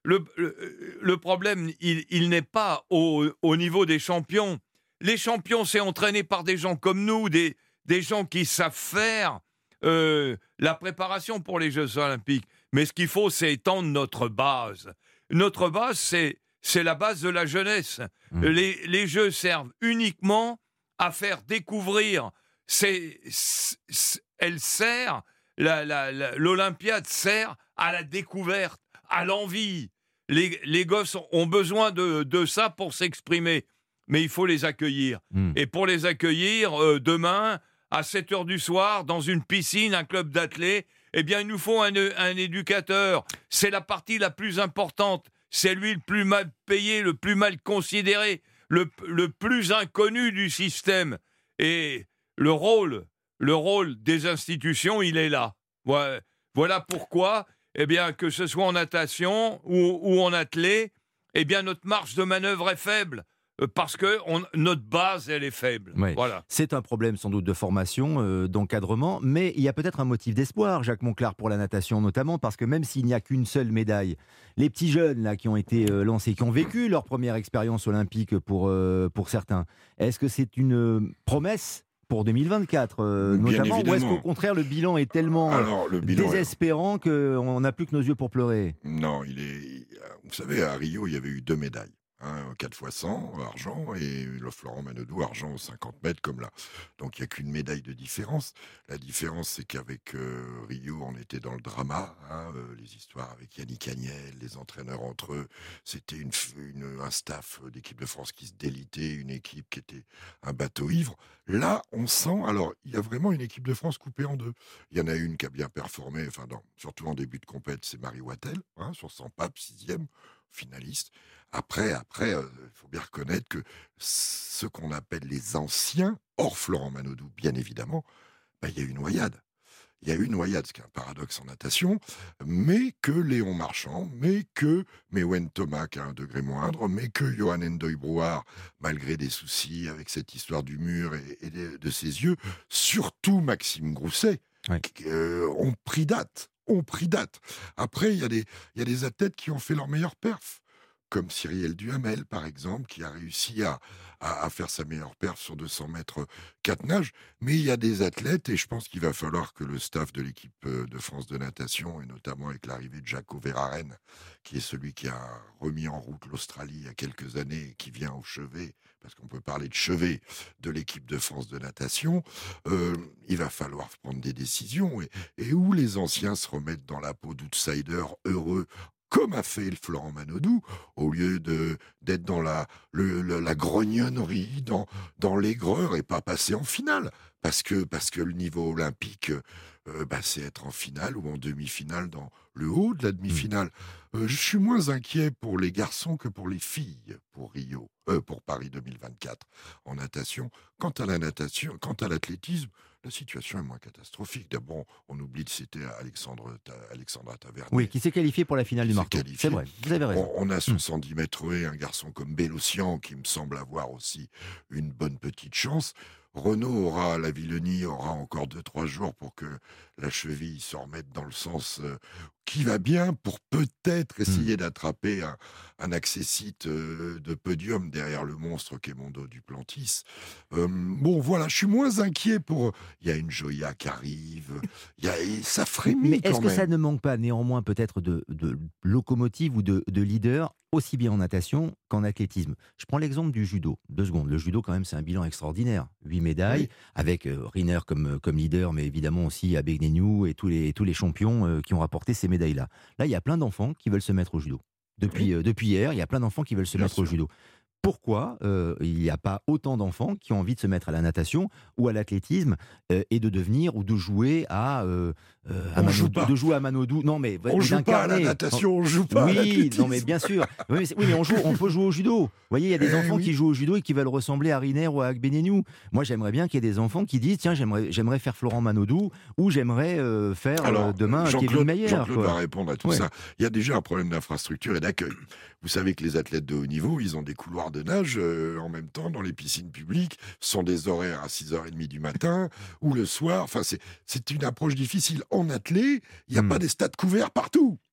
le, le, le problème, il, il n'est pas au, au niveau des champions. Les champions, c'est entraîné par des gens comme nous, des, des gens qui savent faire euh, la préparation pour les Jeux Olympiques. Mais ce qu'il faut, c'est étendre notre base. Notre base, c'est, c'est la base de la jeunesse. Mmh. Les, les Jeux servent uniquement à faire découvrir. C'est, c'est, elle sert, la, la, la, l'Olympiade sert à la découverte, à l'envie. Les, les gosses ont besoin de, de ça pour s'exprimer. Mais il faut les accueillir. Mmh. Et pour les accueillir, euh, demain, à sept heures du soir, dans une piscine, un club d'athlètes, eh bien, il nous faut un, un éducateur. C'est la partie la plus importante. C'est lui le plus mal payé, le plus mal considéré, le, le plus inconnu du système. Et le rôle, le rôle des institutions, il est là. Voilà, voilà pourquoi, eh bien, que ce soit en natation ou, ou en athlète, eh bien, notre marge de manœuvre est faible. Parce que on, notre base, elle est faible. Ouais. Voilà. C'est un problème sans doute de formation, euh, d'encadrement, mais il y a peut-être un motif d'espoir, Jacques Monclar, pour la natation notamment, parce que même s'il n'y a qu'une seule médaille, les petits jeunes là, qui ont été euh, lancés, qui ont vécu leur première expérience olympique pour, euh, pour certains, est-ce que c'est une euh, promesse pour deux mille vingt-quatre, euh, notamment, ou est-ce qu'au contraire le bilan est tellement Alors, le bilan désespérant est... qu'on n'a plus que nos yeux pour pleurer? Non, il est. Vous savez, à Rio, il y avait eu deux médailles. Hein, quatre fois cent, argent, et le Florent Manodou, argent aux cinquante mètres, comme là. Donc il n'y a qu'une médaille de différence. La différence, c'est qu'avec euh, Rio, on était dans le drama, hein, euh, les histoires avec Yannick Agnel, les entraîneurs entre eux. C'était une, une, un staff d'équipe de France qui se délitait, une équipe qui était un bateau ivre. Là, on sent, alors, il y a vraiment une équipe de France coupée en deux. Il y en a une qui a bien performé, enfin, dans, surtout en début de compète, c'est Marie Wattel, hein, sur cent papes, sixième, finaliste. Après, après, il euh, faut bien reconnaître que ce qu'on appelle les anciens, hors Florent Manodou, bien évidemment, bah, y a eu une noyade. Il y a eu une noyade, ce qui est un paradoxe en natation, mais que Léon Marchand, mais que Mewen Thomas, qui a un degré moindre, mais que Johan Ndoye-Brouard, malgré des soucis avec cette histoire du mur et, et de, de ses yeux, surtout Maxime Grousset, ouais. euh, ont pris date. Ont pris date. Après, il y a des, il y a des athlètes qui ont fait leur meilleure perf, comme Cyrielle Duhamel, par exemple, qui a réussi à, à, à faire sa meilleure perf sur deux cents mètres quatre nages. Mais il y a des athlètes, et je pense qu'il va falloir que le staff de l'équipe de France de natation, et notamment avec l'arrivée de Jaco Verhaeren, qui est celui qui a remis en route l'Australie il y a quelques années, et qui vient au chevet, parce qu'on peut parler de chevet, de l'équipe de France de natation, euh, il va falloir prendre des décisions, et, et où les anciens se remettent dans la peau d'outsiders heureux, comme a fait le Florent Manodou, au lieu de, d'être dans la, le, le, la grognonnerie, dans, dans l'aigreur, et pas passer en finale. Parce que, parce que le niveau olympique, euh, bah, c'est être en finale ou en demi-finale, dans le haut de la demi-finale. Euh, je suis moins inquiet pour les garçons que pour les filles, pour Rio, euh, pour Paris deux mille vingt-quatre, en natation. Quant à la natation, quant à l'athlétisme, la situation est moins catastrophique. D'abord, on oublie de citer Alexandre, Alexandra Tavernier. Oui, qui s'est qualifié pour la finale du marteau. C'est vrai, vous avez raison. On, on a soixante-dix mètres haies un garçon comme Bélocian, qui me semble avoir aussi une bonne petite chance. Renaud aura, la Villenie aura encore deux trois jours pour que la cheville se remette dans le sens euh, qui va bien, pour peut-être essayer mmh. d'attraper un, un accessite euh, de podium derrière le monstre qu'est Mondo Duplantis. Euh, bon, voilà, je suis moins inquiet pour... Il y a une Joya qui arrive, il y a, ça frémit. Mais est-ce quand que même. ça ne manque pas néanmoins peut-être de, de locomotive ou de, de leader, aussi bien en natation qu'en athlétisme? Je prends l'exemple du judo. Deux secondes. Le judo, quand même, c'est un bilan extraordinaire. Huit médailles, oui. avec euh, Riner comme, comme leader, mais évidemment aussi Abegnenou et tous les, tous les champions euh, qui ont rapporté ces médailles-là. Là, il y a plein d'enfants qui veulent se mettre au judo. Depuis, oui. euh, depuis hier, il y a plein d'enfants qui veulent se bien mettre sûr. au judo. Pourquoi euh, il n'y a pas autant d'enfants qui ont envie de se mettre à la natation ou à l'athlétisme euh, et de devenir ou de jouer à, euh, à Manodou, de jouer à Manodou? Non, mais on joue pas à la natation, on joue pas oui, à l'athlétisme. Non, mais bien sûr. Oui, mais, oui, mais on joue, on peut jouer au judo. Vous voyez, il y a des eh enfants oui. qui jouent au judo et qui veulent ressembler à Riner ou à Agbenienou. Moi, j'aimerais bien qu'il y ait des enfants qui disent tiens, j'aimerais, j'aimerais faire Florent Manodou ou j'aimerais euh, faire Alors, euh, demain Jean-Claude, Kevin Mayer. Jean-Claude va répondre à tout ouais. ça. Il y a déjà un problème d'infrastructure et d'accueil. Vous savez que les athlètes de haut niveau, ils ont des couloirs de nage euh, en même temps dans les piscines publiques. Ce sont des horaires à six heures trente du matin ou le soir. Enfin, c'est, c'est une approche difficile. En athlète, il n'y a mmh. pas des stades couverts partout.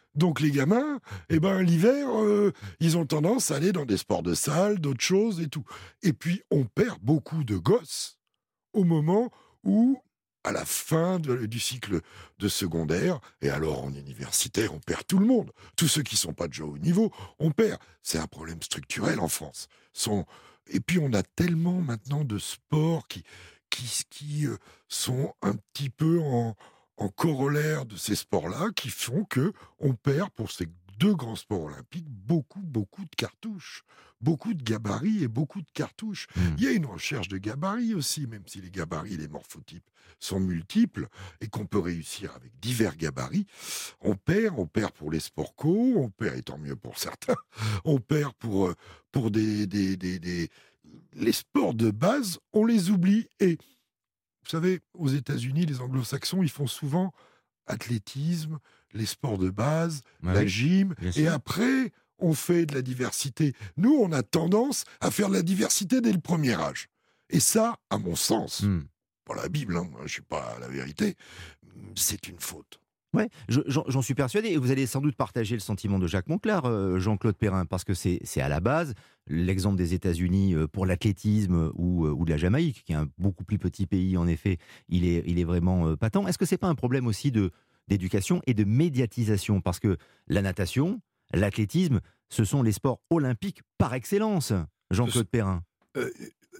Donc les gamins, eh ben, l'hiver, euh, ils ont tendance à aller dans des sports de salle, d'autres choses et tout. Et puis, on perd beaucoup de gosses au moment où, à la fin de- du cycle de secondaire, et alors en universitaire, on perd tout le monde. Tous ceux qui ne sont pas déjà au haut niveau, on perd. C'est un problème structurel en France. Sont... Et puis, on a tellement maintenant de sports qui, qui, qui euh, sont un petit peu en, en corollaire de ces sports-là, qui font que on perd pour ces deux grands sports olympiques beaucoup, beaucoup de cartouches. Beaucoup de gabarits et beaucoup de cartouches. Mmh. Il y a une recherche de gabarits aussi, même si les gabarits, les morphotypes sont multiples et qu'on peut réussir avec divers gabarits. On perd, on perd pour les sports co, on perd, et tant mieux pour certains, on perd pour, euh, pour des, des, des, des- les sports de base, on les oublie. Et vous savez, aux États-Unis, les anglo-saxons, ils font souvent athlétisme, les sports de base, Ouais, la oui, gym, bien et sûr. après, on fait de la diversité. Nous, on a tendance à faire de la diversité dès le premier âge. Et ça, à mon sens, Hmm. pour la Bible, hein, moi, je ne suis pas à la vérité, c'est une faute. Ouais, je- j'en j'en suis persuadé. Et vous allez sans doute partager le sentiment de Jacques Monclar, euh, Jean-Claude Perrin, parce que c'est c'est à la base l'exemple des États-Unis euh, pour l'athlétisme ou, euh, ou de la Jamaïque, qui est un beaucoup plus petit pays, en effet, il est, il est vraiment euh, patent. Est-ce que c'est pas un problème aussi de d'éducation et de médiatisation? Parce que la natation, l'athlétisme, ce sont les sports olympiques par excellence, Jean-Claude Perrin. Euh,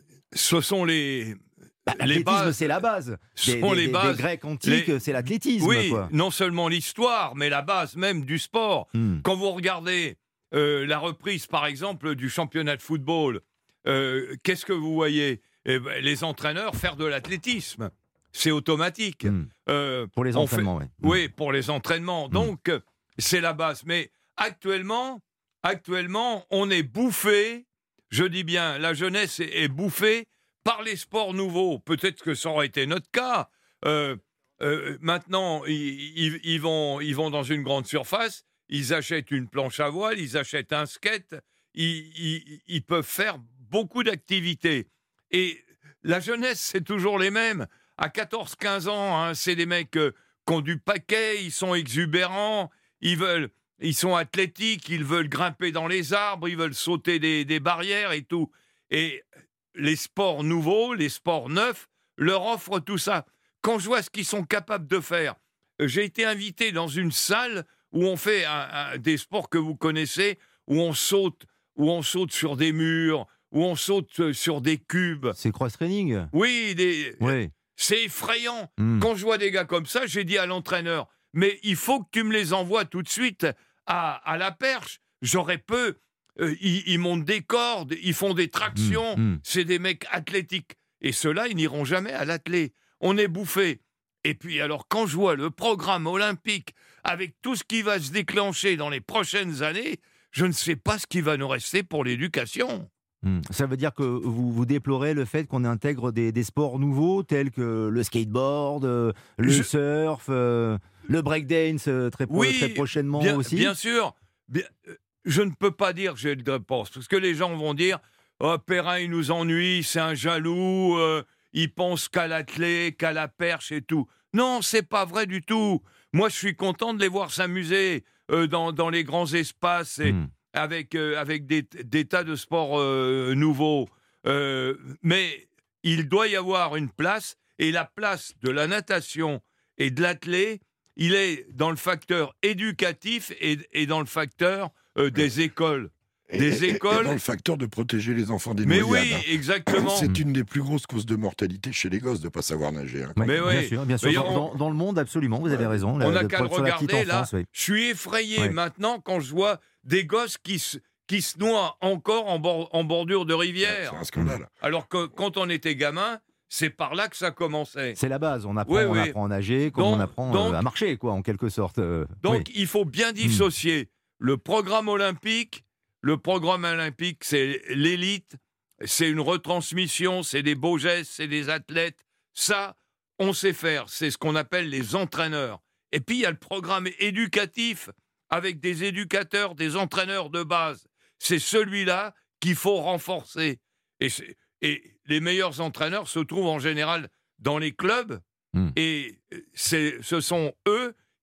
ce sont les, Bah, les l'athlétisme, bases. c'est la base. Ce Des, sont des- les des- bases. des Grecs antiques, Les- c'est l'athlétisme, Oui, quoi. non seulement l'histoire, mais la base même du sport. Hmm. Quand vous regardez euh, la reprise, par exemple, du championnat de football, euh, qu'est-ce que vous voyez? Eh ben, les entraîneurs faire de l'athlétisme. C'est automatique. Hmm. Euh, Pour les on fait- entraînements, oui. Oui, pour les entraînements. Mm. Donc, euh, c'est la base. Mais actuellement, actuellement, on est bouffé, je dis bien, la jeunesse est, est bouffée par les sports nouveaux. Peut-être que ça aurait été notre cas. Euh, euh, maintenant, ils, ils- ils vont, ils vont dans une grande surface, ils achètent une planche à voile, ils achètent un skate, ils, ils- ils peuvent faire beaucoup d'activités. Et la jeunesse, c'est toujours les mêmes. À quatorze quinze ans, hein, c'est des mecs euh, qui ont du paquet, ils sont exubérants, ils veulent, ils sont athlétiques, ils veulent grimper dans les arbres, ils veulent sauter des, des barrières et tout. Et les sports nouveaux, les sports neufs, leur offrent tout ça. Quand je vois ce qu'ils sont capables de faire, euh, j'ai été invité dans une salle où on fait un- un- des sports que vous connaissez, où on saute, où on saute sur des murs, où on saute euh, sur des cubes. C'est cross-training. Oui, des, Oui. c'est effrayant. Hmm. Quand je vois des gars comme ça, j'ai dit à l'entraîneur, mais il faut que tu me les envoies tout de suite à, à la perche. J'aurais peu. Euh, ils, ils montent des cordes, ils font des tractions. Hmm, hmm. C'est des mecs athlétiques. Et ceux-là, ils n'iront jamais à l'athlé. On est bouffé. Et puis alors, quand je vois le programme olympique avec tout ce qui va se déclencher dans les prochaines années, je ne sais pas ce qui va nous rester pour l'éducation. Hmm. Ça veut dire que vous, vous déplorez le fait qu'on intègre des, des sports nouveaux tels que le skateboard, euh, le Je- surf, euh, le breakdance euh, très, pro- Oui, très prochainement bien, aussi. Bien sûr. Bien- euh, je ne peux pas dire que j'ai de réponse. Parce que les gens vont dire oh, Perrin, il nous ennuie, c'est un jaloux, euh, il pense qu'à l'athlé, qu'à la perche et tout. Non, c'est pas vrai du tout. Moi, je suis content de les voir s'amuser euh, dans, dans les grands espaces et Hmm. avec, euh, avec des, des tas de sports euh, nouveaux. Euh, mais il doit y avoir une place, et la place de la natation et de l'athlé, il est dans le facteur éducatif et, et dans le facteur euh, des écoles. Et- Des et- et écoles. dans le facteur de protéger les enfants des Mais noyades. oui, hein. exactement. C'est une des plus grosses causes de mortalité chez les gosses de ne pas savoir nager. hein. Ouais, Mais bien oui. sûr, bien sûr. Mais Dans, on- dans- dans le monde, absolument, vous avez raison. On la- n'a le- qu'à le sur la petite regarder, là. enfance, oui. Je suis effrayé Ouais. maintenant quand je vois des gosses qui se, qui se noient encore en, bord- en bordure de C'est rivière. un scandale. Alors que quand on était gamin, c'est par là que ça commençait. C'est la base. On apprend, Oui, on oui. apprend à nager, comme Donc- on apprend euh, donc- à marcher, quoi, en quelque sorte. euh, Donc, oui. il faut bien dissocier le programme olympique. Le programme olympique, c'est l'élite, c'est une retransmission, c'est des beaux gestes, c'est des athlètes. Ça, on sait faire. C'est ce qu'on appelle les entraîneurs. Et puis, il y a le programme éducatif avec des éducateurs, des entraîneurs de base. C'est celui-là qu'il faut renforcer. Et, c'est- et les meilleurs entraîneurs se trouvent en général dans les clubs. Mm. Et c'est, ce sont eux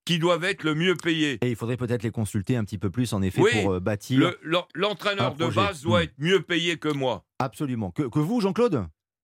qui doivent être le mieux payés. Et il faudrait peut-être les consulter un petit peu plus, en effet, oui, pour euh, bâtir. Le, l'en- l'entraîneur de base doit mmh. être mieux payé que moi. Absolument. Que, que vous, Jean-Claude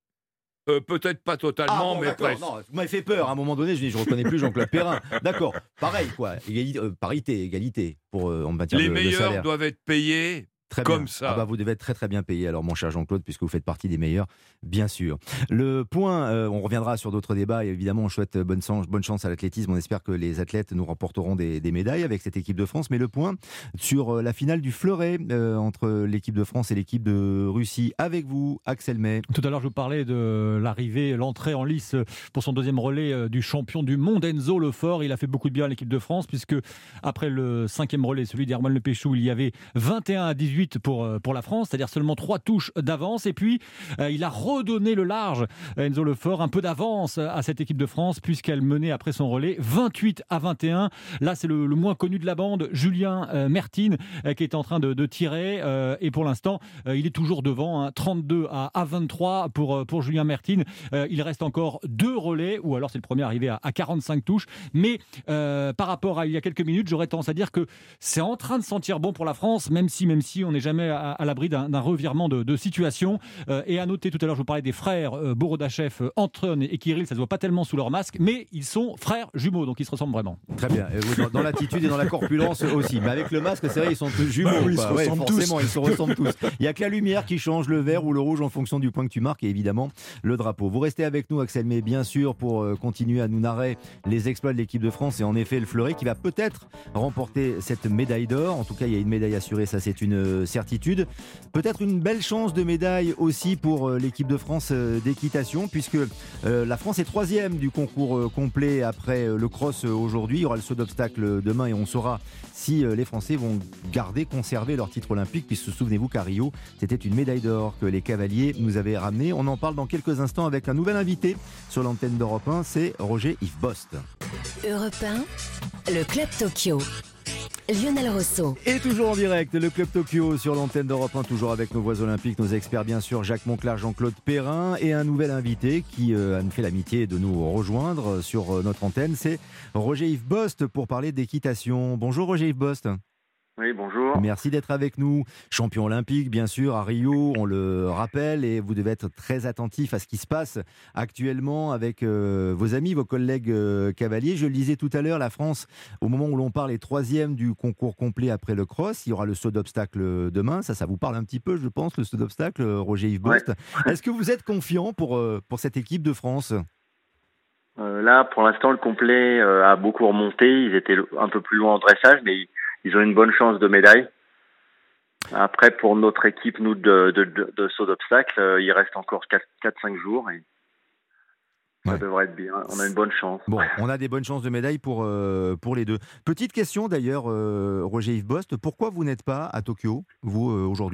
euh, Peut-être pas totalement, ah, bon, mais presque. Non, vous m'avez fait peur. À un moment donné, je ne reconnais plus Jean-Claude Perrin. D'accord. Pareil, quoi. Égalité, euh, parité, égalité pour euh, en matière Les de, de meilleurs salaire. doivent être payés. Très Comme bien. ça. Ah bah vous devez être très très bien payé alors mon cher Jean-Claude puisque vous faites partie des meilleurs, bien sûr. Le point, euh, on reviendra sur d'autres débats et évidemment on souhaite bonne chance, bonne chance à l'athlétisme. On espère que les athlètes nous remporteront des, des médailles avec cette équipe de France. Mais le point sur la finale du fleuret euh, entre l'équipe de France et l'équipe de Russie avec vous, Axel May. Tout à l'heure je vous parlais de l'arrivée, l'entrée en lice pour son deuxième relais du champion du monde Enzo Lefort. Il a fait beaucoup de bien à l'équipe de France puisque après le cinquième relais, celui d'Herman Le Péchou, il y avait vingt et un à dix-huit pour, pour la France, c'est-à-dire seulement trois touches d'avance. Et puis, euh, il a redonné le large, Enzo Lefort, un peu d'avance à cette équipe de France, puisqu'elle menait après son relais vingt-huit à vingt et un. Là, c'est le, le moins connu de la bande, Julien euh, Mertine, euh, qui est en train de, de tirer. Euh, et pour l'instant, euh, il est toujours devant, hein, trente-deux à vingt-trois pour, pour Julien Mertine. Euh, il reste encore deux relais, ou alors c'est le premier arrivé à, à quarante-cinq touches. Mais euh, par rapport à il y a quelques minutes, j'aurais tendance à dire que c'est en train de sentir bon pour la France, même si, même si on n'est jamais à, à l'abri d'un, d'un revirement de, de situation. Euh, et à noter, tout à l'heure, je vous parlais des frères euh, Borodachev, euh, Anton et Kirill, ça ne se voit pas tellement sous leur masque, mais ils sont frères jumeaux, donc ils se ressemblent vraiment. Très bien. Et vous, dans, dans l'attitude et dans la corpulence aussi. Mais avec le masque, c'est vrai, ils sont tous jumeaux. Bah oui, ils se ouais, ressemblent forcément, tous. ils se ressemblent tous. Il n'y a que la lumière qui change le vert ou le rouge en fonction du point que tu marques et évidemment le drapeau. Vous restez avec nous, Axel May, bien sûr, pour euh, continuer à nous narrer les exploits de l'équipe de France et en effet le fleuret qui va peut-être remporter cette médaille d'or. En tout cas, il y a une médaille assurée, ça c'est une euh, certitude. Peut-être une belle chance de médaille aussi pour euh, l'équipe de France euh, d'équitation puisque euh, la France est troisième du concours euh, complet après euh, le cross euh, aujourd'hui. Il y aura le saut d'obstacle demain et on saura si euh, les Français vont garder, conserver leur titre olympique puisque souvenez-vous qu'à Rio, c'était une médaille d'or que les cavaliers nous avaient ramenée. On en parle dans quelques instants avec un nouvel invité sur l'antenne d'Europe un, c'est Roger Yves Bost. Europe un, le Club Tokyo. Lionel Rousseau. Et toujours en direct, le Club Tokyo sur l'antenne d'Europe un, toujours avec nos voix olympiques, nos experts bien sûr, Jacques Monclar, Jean-Claude Perrin et un nouvel invité qui euh, a fait l'amitié de nous rejoindre sur euh, notre antenne, c'est Roger Yves Bost pour parler d'équitation. Bonjour Roger Yves Bost. Oui, bonjour. Merci d'être avec nous. Champion olympique, bien sûr, à Rio, on le rappelle, et vous devez être très attentif à ce qui se passe actuellement avec euh, vos amis, vos collègues euh, cavaliers. Je le disais tout à l'heure, la France, au moment où l'on parle, est troisième du concours complet après le cross. Il y aura le saut d'obstacle demain. Ça, ça vous parle un petit peu, je pense, le saut d'obstacle, Roger Yves Bost. Ouais. Est-ce que vous êtes confiant pour, euh, pour cette équipe de France ? euh, Là, pour l'instant, le complet euh, a beaucoup remonté. Ils étaient un peu plus loin en dressage, mais ils ont une bonne chance de médaille. Après, pour notre équipe, nous, de, de, de, de saut d'obstacle, euh, il reste encore quatre cinq jours et ça ouais. devrait être bien. On a une bonne chance. Bon, on a des bonnes chances de médaille pour, euh, pour les deux. Petite question d'ailleurs, euh, Roger Yves Bost, pourquoi vous n'êtes pas à Tokyo, vous, euh, aujourd'hui ?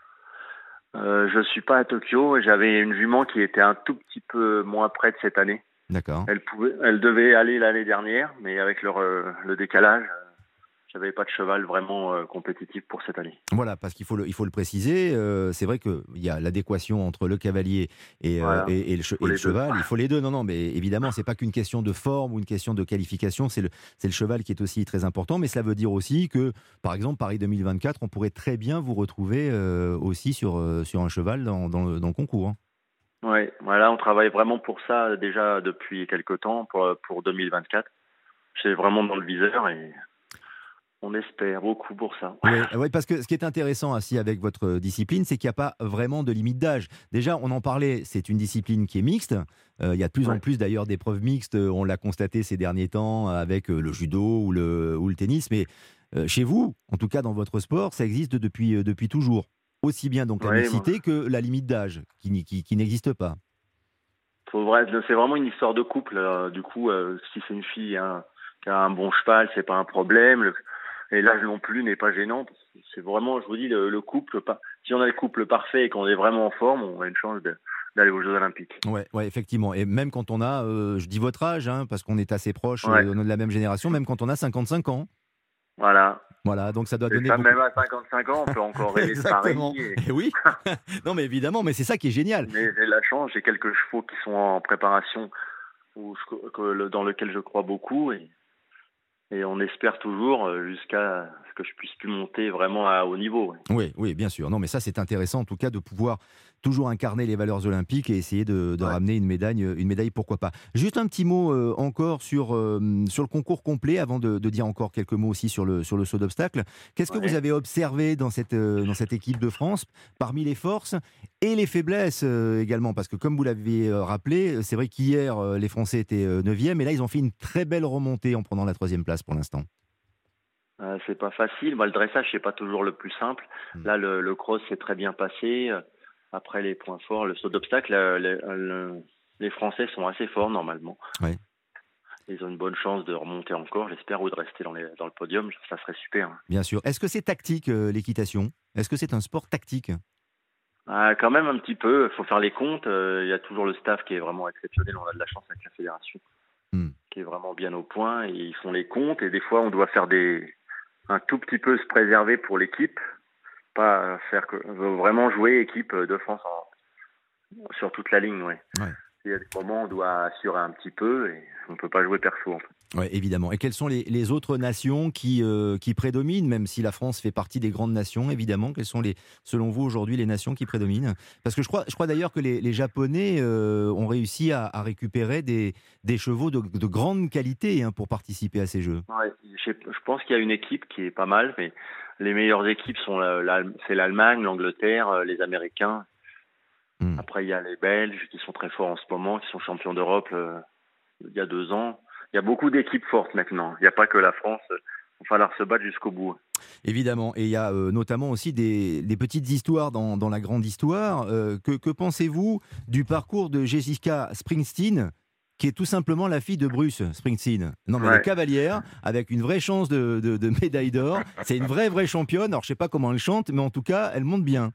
euh, Je ne suis pas à Tokyo. J'avais une jument qui était un tout petit peu moins prête cette année. D'accord. Elle, pouvait, elle devait aller l'année dernière, mais avec le, le décalage... J'avais pas de cheval vraiment euh, compétitif pour cette année. Voilà, parce qu'il faut le, il faut le préciser, euh, c'est vrai qu'il y a l'adéquation entre le cavalier et, voilà. euh, et, et le, che- et le cheval. Il faut les deux. Non, non, mais évidemment, c'est pas qu'une question de forme ou une question de qualification. C'est le, c'est le cheval qui est aussi très important. Mais cela veut dire aussi que, par exemple, Paris deux mille vingt-quatre, on pourrait très bien vous retrouver euh, aussi sur, euh, sur un cheval dans, dans, le, dans le concours. Hein. Oui, voilà, on travaille vraiment pour ça déjà depuis quelques temps, pour, pour deux mille vingt-quatre. C'est vraiment dans le viseur et... On espère beaucoup pour ça. Oui, oui, parce que ce qui est intéressant aussi avec votre discipline, c'est qu'il n'y a pas vraiment de limite d'âge. Déjà, on en parlait, c'est une discipline qui est mixte. Euh, il y a de plus ouais. en plus d'ailleurs d'épreuves mixtes. On l'a constaté ces derniers temps avec le judo ou le, ou le tennis. Mais euh, chez vous, en tout cas dans votre sport, ça existe depuis, depuis toujours. Aussi bien donc la ouais, mixité moi. que la limite d'âge, qui, qui, qui n'existe pas. Faut vrai, c'est vraiment une histoire de couple. Euh, du coup, euh, si c'est une fille hein, qui a un bon cheval, c'est pas un problème. Le... Et l'âge non plus n'est pas gênant. C'est vraiment, je vous dis, le, le couple. Si on a le couple parfait et qu'on est vraiment en forme, on a une chance de, d'aller aux Jeux Olympiques. Ouais, ouais, effectivement. Et même quand on a, euh, je dis votre âge, hein, parce qu'on est assez proche ouais. euh, de la même génération, même quand on a cinquante-cinq ans. Voilà. Voilà, donc ça doit et donner. Ça, beaucoup... Même à cinquante-cinq ans, on peut encore rêver de Paris. Et... et oui. Non, mais évidemment, mais c'est ça qui est génial. Mais j'ai la chance, j'ai quelques chevaux qui sont en préparation, où je, que, dans lequel je crois beaucoup et. Et on espère toujours euh, jusqu'à ce que je puisse plus monter vraiment à haut niveau. Ouais. Oui, oui, bien sûr. Non, mais ça, c'est intéressant, en tout cas, de pouvoir toujours incarner les valeurs olympiques et essayer de, de Ouais. ramener une médaille, une médaille, pourquoi pas. Juste un petit mot euh, encore sur, euh, sur le concours complet, avant de, de dire encore quelques mots aussi sur le, sur le saut d'obstacle. Qu'est-ce que Ouais. vous avez observé dans cette, euh, dans cette équipe de France, parmi les forces et les faiblesses euh, également? Parce que, comme vous l'aviez euh, rappelé, c'est vrai qu'hier, euh, les Français étaient euh, neuvième, et là, ils ont fait une très belle remontée en prenant la troisième place pour l'instant. Euh, c'est pas facile. Moi, le dressage, c'est pas toujours le plus simple. Mm. Là, le, le cross s'est très bien passé. Euh, Après, les points forts, le saut d'obstacle, euh, les, le- les Français sont assez forts normalement. Ouais. Ils ont une bonne chance de remonter encore, j'espère, ou de rester dans, les, dans le podium. Ça serait super. Hein. Bien sûr. Est-ce que c'est tactique, euh, l'équitation? Est-ce que c'est un sport tactique? Ah, quand même un petit peu. Il faut faire les comptes. Euh, Il y a toujours le staff qui est vraiment exceptionnel. On a de la chance avec la fédération, Mm. qui est vraiment bien au point. Et ils font les comptes. Et des fois, on doit faire des un tout petit peu se préserver pour l'équipe, pas faire que vraiment jouer équipe de France en, sur toute la ligne. Ouais. Ouais. Il y a des moments où on doit assurer un petit peu et on peut pas jouer perso. En fait. Ouais, évidemment. Et quelles sont les, les autres nations qui, euh, qui prédominent, même si la France fait partie des grandes nations, évidemment? Quelles sont, les, selon vous, aujourd'hui, les nations qui prédominent? Parce que je crois, je crois d'ailleurs que les, les Japonais euh, ont réussi à, à récupérer des, des chevaux de, de grande qualité hein, pour participer à ces Jeux. Ouais, je, je pense qu'il y a une équipe qui est pas mal, mais les meilleures équipes sont la, la, c'est l'Allemagne, l'Angleterre, les Américains. Mm. Après, il y a les Belges qui sont très forts en ce moment, qui sont champions d'Europe euh, il y a deux ans. Il y a beaucoup d'équipes fortes maintenant. Il n'y a pas que la France. Il va falloir se battre jusqu'au bout. Évidemment. Et il y a euh, notamment aussi des, des petites histoires dans, dans la grande histoire. Euh, que, que pensez-vous du parcours de Jessica Springsteen, qui est tout simplement la fille de Bruce Springsteen? Non, mais Ouais. elle est cavalière, avec une vraie chance de, de, de médaille d'or. C'est une vraie, vraie championne. Alors, je ne sais pas comment elle chante, mais en tout cas, elle monte bien.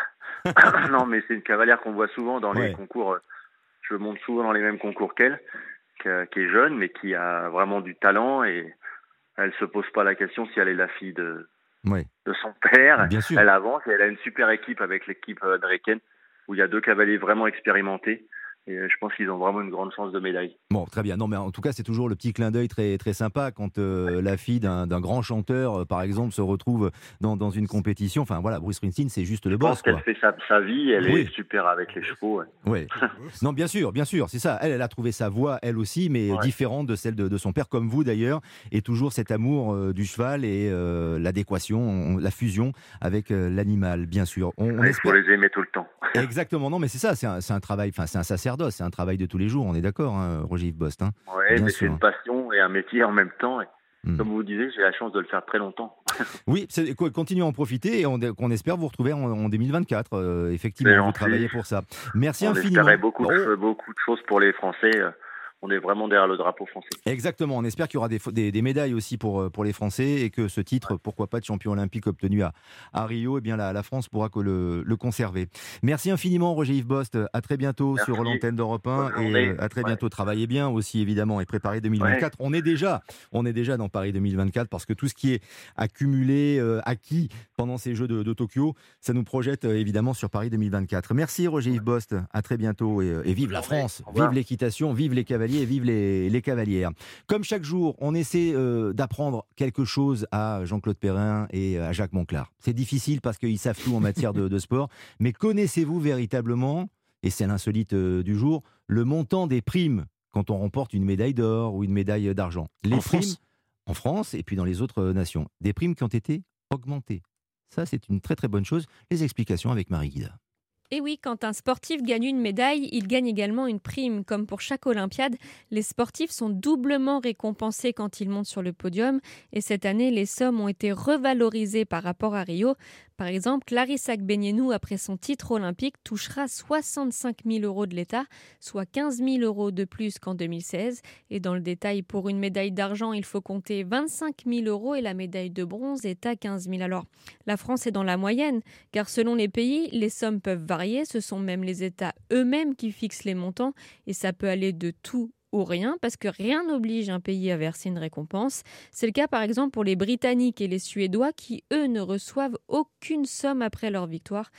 Non, mais c'est une cavalière qu'on voit souvent dans les Ouais. concours. Je monte souvent dans les mêmes concours qu'elle, qui qui est jeune, mais qui a vraiment du talent et elle se pose pas la question si elle est la fille de, Ouais. de son père. Bien sûr. Elle avance et elle a une super équipe avec l'équipe américaine où il y a deux cavaliers vraiment expérimentés. Et je pense qu'ils ont vraiment une grande chance de médaille. Bon, très bien. Non, mais en tout cas, c'est toujours le petit clin d'œil très, très sympa quand euh, la fille d'un, d'un grand chanteur, euh, par exemple, se retrouve dans, dans une compétition. Enfin, voilà, Bruce Springsteen, c'est juste le Je pense boss, qu'elle quoi. fait sa, sa vie, elle Oui. est super avec les chevaux. Ouais. Ouais. Non, bien sûr, bien sûr, c'est ça. Elle, elle a trouvé sa voie, elle aussi, mais Ouais. différente de celle de, de son père, comme vous d'ailleurs, et toujours cet amour euh, du cheval et euh, l'adéquation, on- la fusion avec euh, l'animal, bien sûr. On, on Il espère. faut les aimer tout le temps. Exactement, non, mais c'est ça, c'est un, c'est un travail, enfin, c'est un sacerdoce, c'est un travail de tous les jours, on est d'accord, hein, Roger-Yves Bost. Hein. Ouais, Bien mais sûr. c'est une passion et un métier en même temps. Et Hmm. Comme vous disiez, j'ai la chance de le faire très longtemps. Oui, c'est- co- continuez à en profiter et on, on espère vous retrouver en, en deux mille vingt-quatre. euh, effectivement, C'est vous gentil. travaillez pour ça. Merci On infiniment. espérait beaucoup, Oh, de, beaucoup de choses pour les Français. euh, On est vraiment derrière le drapeau français. exactement, on espère qu'il y aura des, fo- des, des médailles aussi pour, euh, pour les Français et que ce titre, pourquoi pas de champion olympique obtenu à, à Rio, eh bien la, la France pourra que le, le conserver. Merci infiniment Roger-Yves Bost, à très bientôt Merci. sur l'antenne d'Europe un Bonne et journée. euh, à très Ouais. bientôt. Travaillez bien aussi évidemment et préparez deux mille vingt-quatre. On est déjà, on est déjà dans Paris deux mille vingt-quatre parce que tout ce qui est accumulé, euh, acquis pendant ces Jeux de, de Tokyo, ça nous projette euh, évidemment sur Paris deux mille vingt-quatre. Merci Roger-Yves Bost, à très bientôt et, euh, et vive la France, Au revoir. vive l'équitation, vive les cavaliers, vive les, les cavalières. Comme chaque jour, on essaie euh, d'apprendre quelque chose à Jean-Claude Perrin et à Jacques Monclar. C'est difficile parce qu'ils savent tout en matière de, de sport, mais connaissez-vous véritablement, et c'est l'insolite euh, du jour, le montant des primes quand on remporte une médaille d'or ou une médaille d'argent? Les En primes France en France et puis dans les autres euh, nations. Des primes qui ont été augmentées. Ça, c'est une très très bonne chose. Les explications avec Marie Guida. Et oui, quand un sportif gagne une médaille, il gagne également une prime. Comme pour chaque Olympiade, les sportifs sont doublement récompensés quand ils montent sur le podium. Et cette année, les sommes ont été revalorisées par rapport à Rio. Par exemple, Clarisse Agbenienou, après son titre olympique, touchera soixante-cinq mille euros de l'État, soit quinze mille euros de plus qu'en deux mille seize. Et dans le détail, pour une médaille d'argent, il faut compter vingt-cinq mille euros et la médaille de bronze est à quinze mille. Alors, la France est dans la moyenne, car selon les pays, les sommes peuvent varier. Ce sont même les États eux-mêmes qui fixent les montants et ça peut aller de tout ou rien, parce que rien n'oblige un pays à verser une récompense. C'est le cas par exemple pour les Britanniques et les Suédois qui, eux, ne reçoivent aucune somme après leur victoire.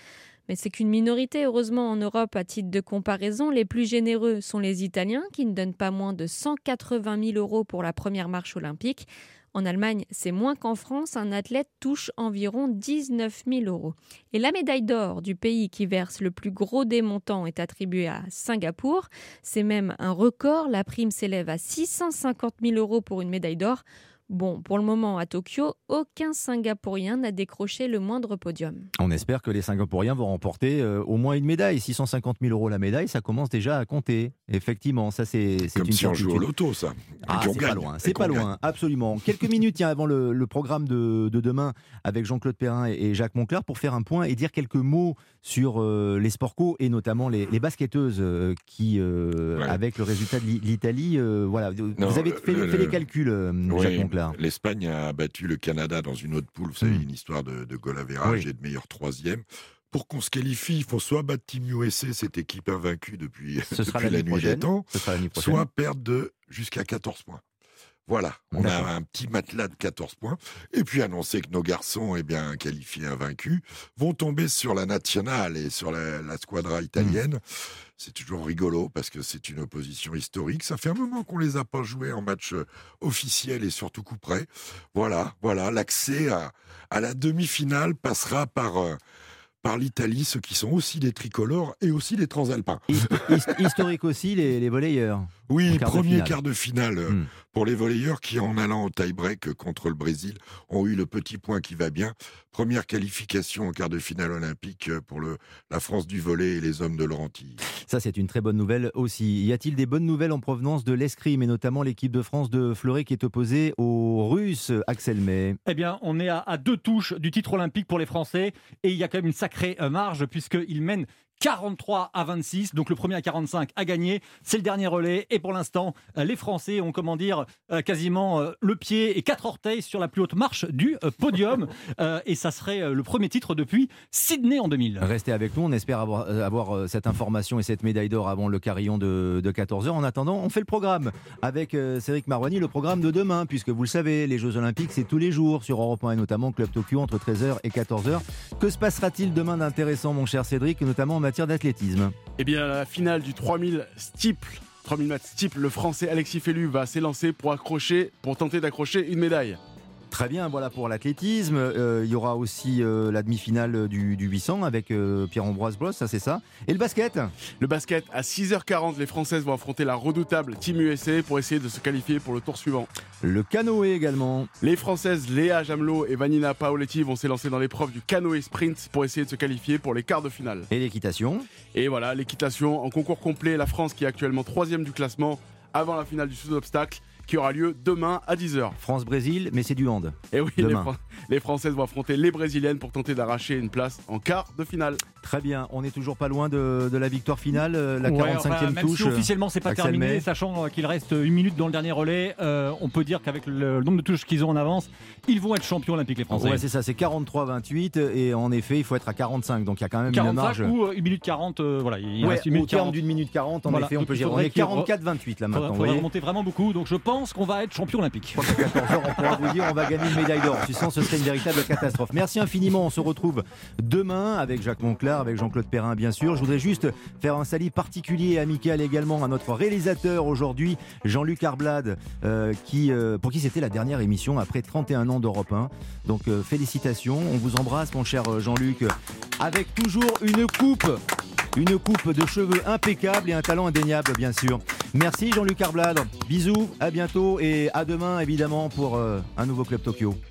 Mais c'est qu'une minorité, heureusement, en Europe. À titre de comparaison, les plus généreux sont les Italiens, qui ne donnent pas moins de cent quatre-vingt mille euros pour la première marche olympique. En Allemagne, c'est moins qu'en France, un athlète touche environ dix-neuf mille euros. Et la médaille d'or du pays qui verse le plus gros des montants est attribuée à Singapour. C'est même un record, la prime s'élève à six cent cinquante mille euros pour une médaille d'or. Bon, pour le moment, à Tokyo, aucun Singapourien n'a décroché le moindre podium. On espère que les Singapouriens vont remporter euh, au moins une médaille. six cent cinquante mille euros la médaille, ça commence déjà à compter. Effectivement, ça c'est, c'est Comme une si on certitude. jouait au loto, ça. Ah, c'est pas loin, c'est pas loin, absolument. Quelques minutes tiens, avant le, le programme de, de demain avec Jean-Claude Perrin et, et Jacques Monclar pour faire un point et dire quelques mots sur euh, les sport co et notamment les, les basketteuses euh, qui, euh, ouais. avec le résultat de l'Italie, euh, voilà, non, vous avez fait, le, fait les calculs, euh, oui, Jacques Monclar. L'Espagne a battu le Canada dans une autre poule, vous savez, mmh. une histoire de, de goal average oui. et de meilleur troisième. Pour qu'on se qualifie, il faut soit battre Team U S A, cette équipe invaincue depuis, Ce depuis la, la nuit des temps, soit perdre de jusqu'à quatorze points. Voilà, on D'accord. a un petit matelas de quatorze points. Et puis annoncer que nos garçons, eh bien, qualifiés invaincus, vont tomber sur la nationale et sur la, la squadra italienne. Mmh. C'est toujours rigolo parce que c'est une opposition historique. Ça fait un moment qu'on les a pas joués en match officiel et surtout coup près. Voilà, voilà, l'accès à, à la demi-finale passera par... Euh, par l'Italie, ceux qui sont aussi des tricolores et aussi des transalpins. Historique aussi, les, les volleyeurs. Oui, quart premier de quart de finale hmm. pour les volleyeurs qui, en allant au tie-break contre le Brésil, ont eu le petit point qui va bien. Première qualification en quart de finale olympique pour le, la France du volley et les hommes de Laurentille. Ça, c'est une très bonne nouvelle aussi. Y a-t-il des bonnes nouvelles en provenance de l'escrime et notamment l'équipe de France de fleuret qui est opposée aux Russes, Axel May? Eh bien, on est à, à deux touches du titre olympique pour les Français et il y a quand même une sacrée marge puisqu'ils mènent quarante-trois à vingt-six, donc le premier à quarante-cinq a gagné, c'est le dernier relais et pour l'instant les Français ont comment dire quasiment le pied et quatre orteils sur la plus haute marche du podium et ça serait le premier titre depuis Sydney en deux mille. Restez avec nous, on espère avoir, avoir cette information et cette médaille d'or avant le carillon de, de quatorze heures. En attendant, on fait le programme avec Cédric Marouani, le programme de demain, puisque vous le savez, les Jeux Olympiques c'est tous les jours sur Europe un et notamment Club Tokyo entre treize heures et quatorze heures. Que se passera-t-il demain d'intéressant mon cher Cédric, notamment en matière d'athlétisme? Eh bien, la finale du trois mille steeple, trois mille mètres steeple, le Français Alexis Félu va s'élancer pour accrocher, pour tenter d'accrocher une médaille. Très bien, voilà pour l'athlétisme. Euh, il y aura aussi euh, la demi-finale du, du huit cents avec euh, Pierre-Ambroise Boss, ça c'est ça. Et le basket? Le basket, à six heures quarante, les Françaises vont affronter la redoutable Team U S A pour essayer de se qualifier pour le tour suivant. Le canoë également. Les Françaises Léa Jamelot et Vanina Paoletti vont s'élancer dans l'épreuve du canoë sprint pour essayer de se qualifier pour les quarts de finale. Et l'équitation? Et voilà, l'équitation en concours complet, la France qui est actuellement troisième du classement avant la finale du sous-obstacle, qui aura lieu demain à dix heures. France-Brésil, mais c'est du hand. Et oui, les, Fran- les Françaises vont affronter les Brésiliennes pour tenter d'arracher une place en quart de finale. Très bien, on n'est toujours pas loin de, de la victoire finale, la ouais, quarante-cinquième enfin, touche. Même si officiellement c'est pas Axel terminé, May. Sachant qu'il reste une minute dans le dernier relais, euh, on peut dire qu'avec le nombre de touches qu'ils ont en avance, ils vont être champions olympiques les Français. Ouais, c'est ça, c'est quarante-trois vingt-huit et en effet il faut être à quarante-cinq, donc il y a quand même une marge. ou une minute quarante, euh, voilà. Il ouais, reste une minute au terme d'une minute quarante, en voilà. effet on donc peut dire. On est quarante-quatre vingt-huit là maintenant. Il faudrait remonter vraiment beaucoup, donc je pense qu'on va être champion olympique. À quatorze heures, on pourra vous dire on va gagner une médaille d'or. Sinon, ce serait une véritable catastrophe. Merci infiniment. On se retrouve demain avec Jacques Monclar, avec Jean-Claude Perrin, bien sûr. Je voudrais juste faire un salut particulier et amical également à notre réalisateur aujourd'hui, Jean-Luc Arblade, euh, qui, euh, pour qui c'était la dernière émission après trente et un ans d'Europe un. Donc, euh, félicitations. On vous embrasse, mon cher Jean-Luc, avec toujours une coupe. Une coupe de cheveux impeccable et un talent indéniable, bien sûr. Merci Jean-Luc Arblade. Bisous, à bientôt et à demain, évidemment, pour euh, un nouveau Club Tokyo.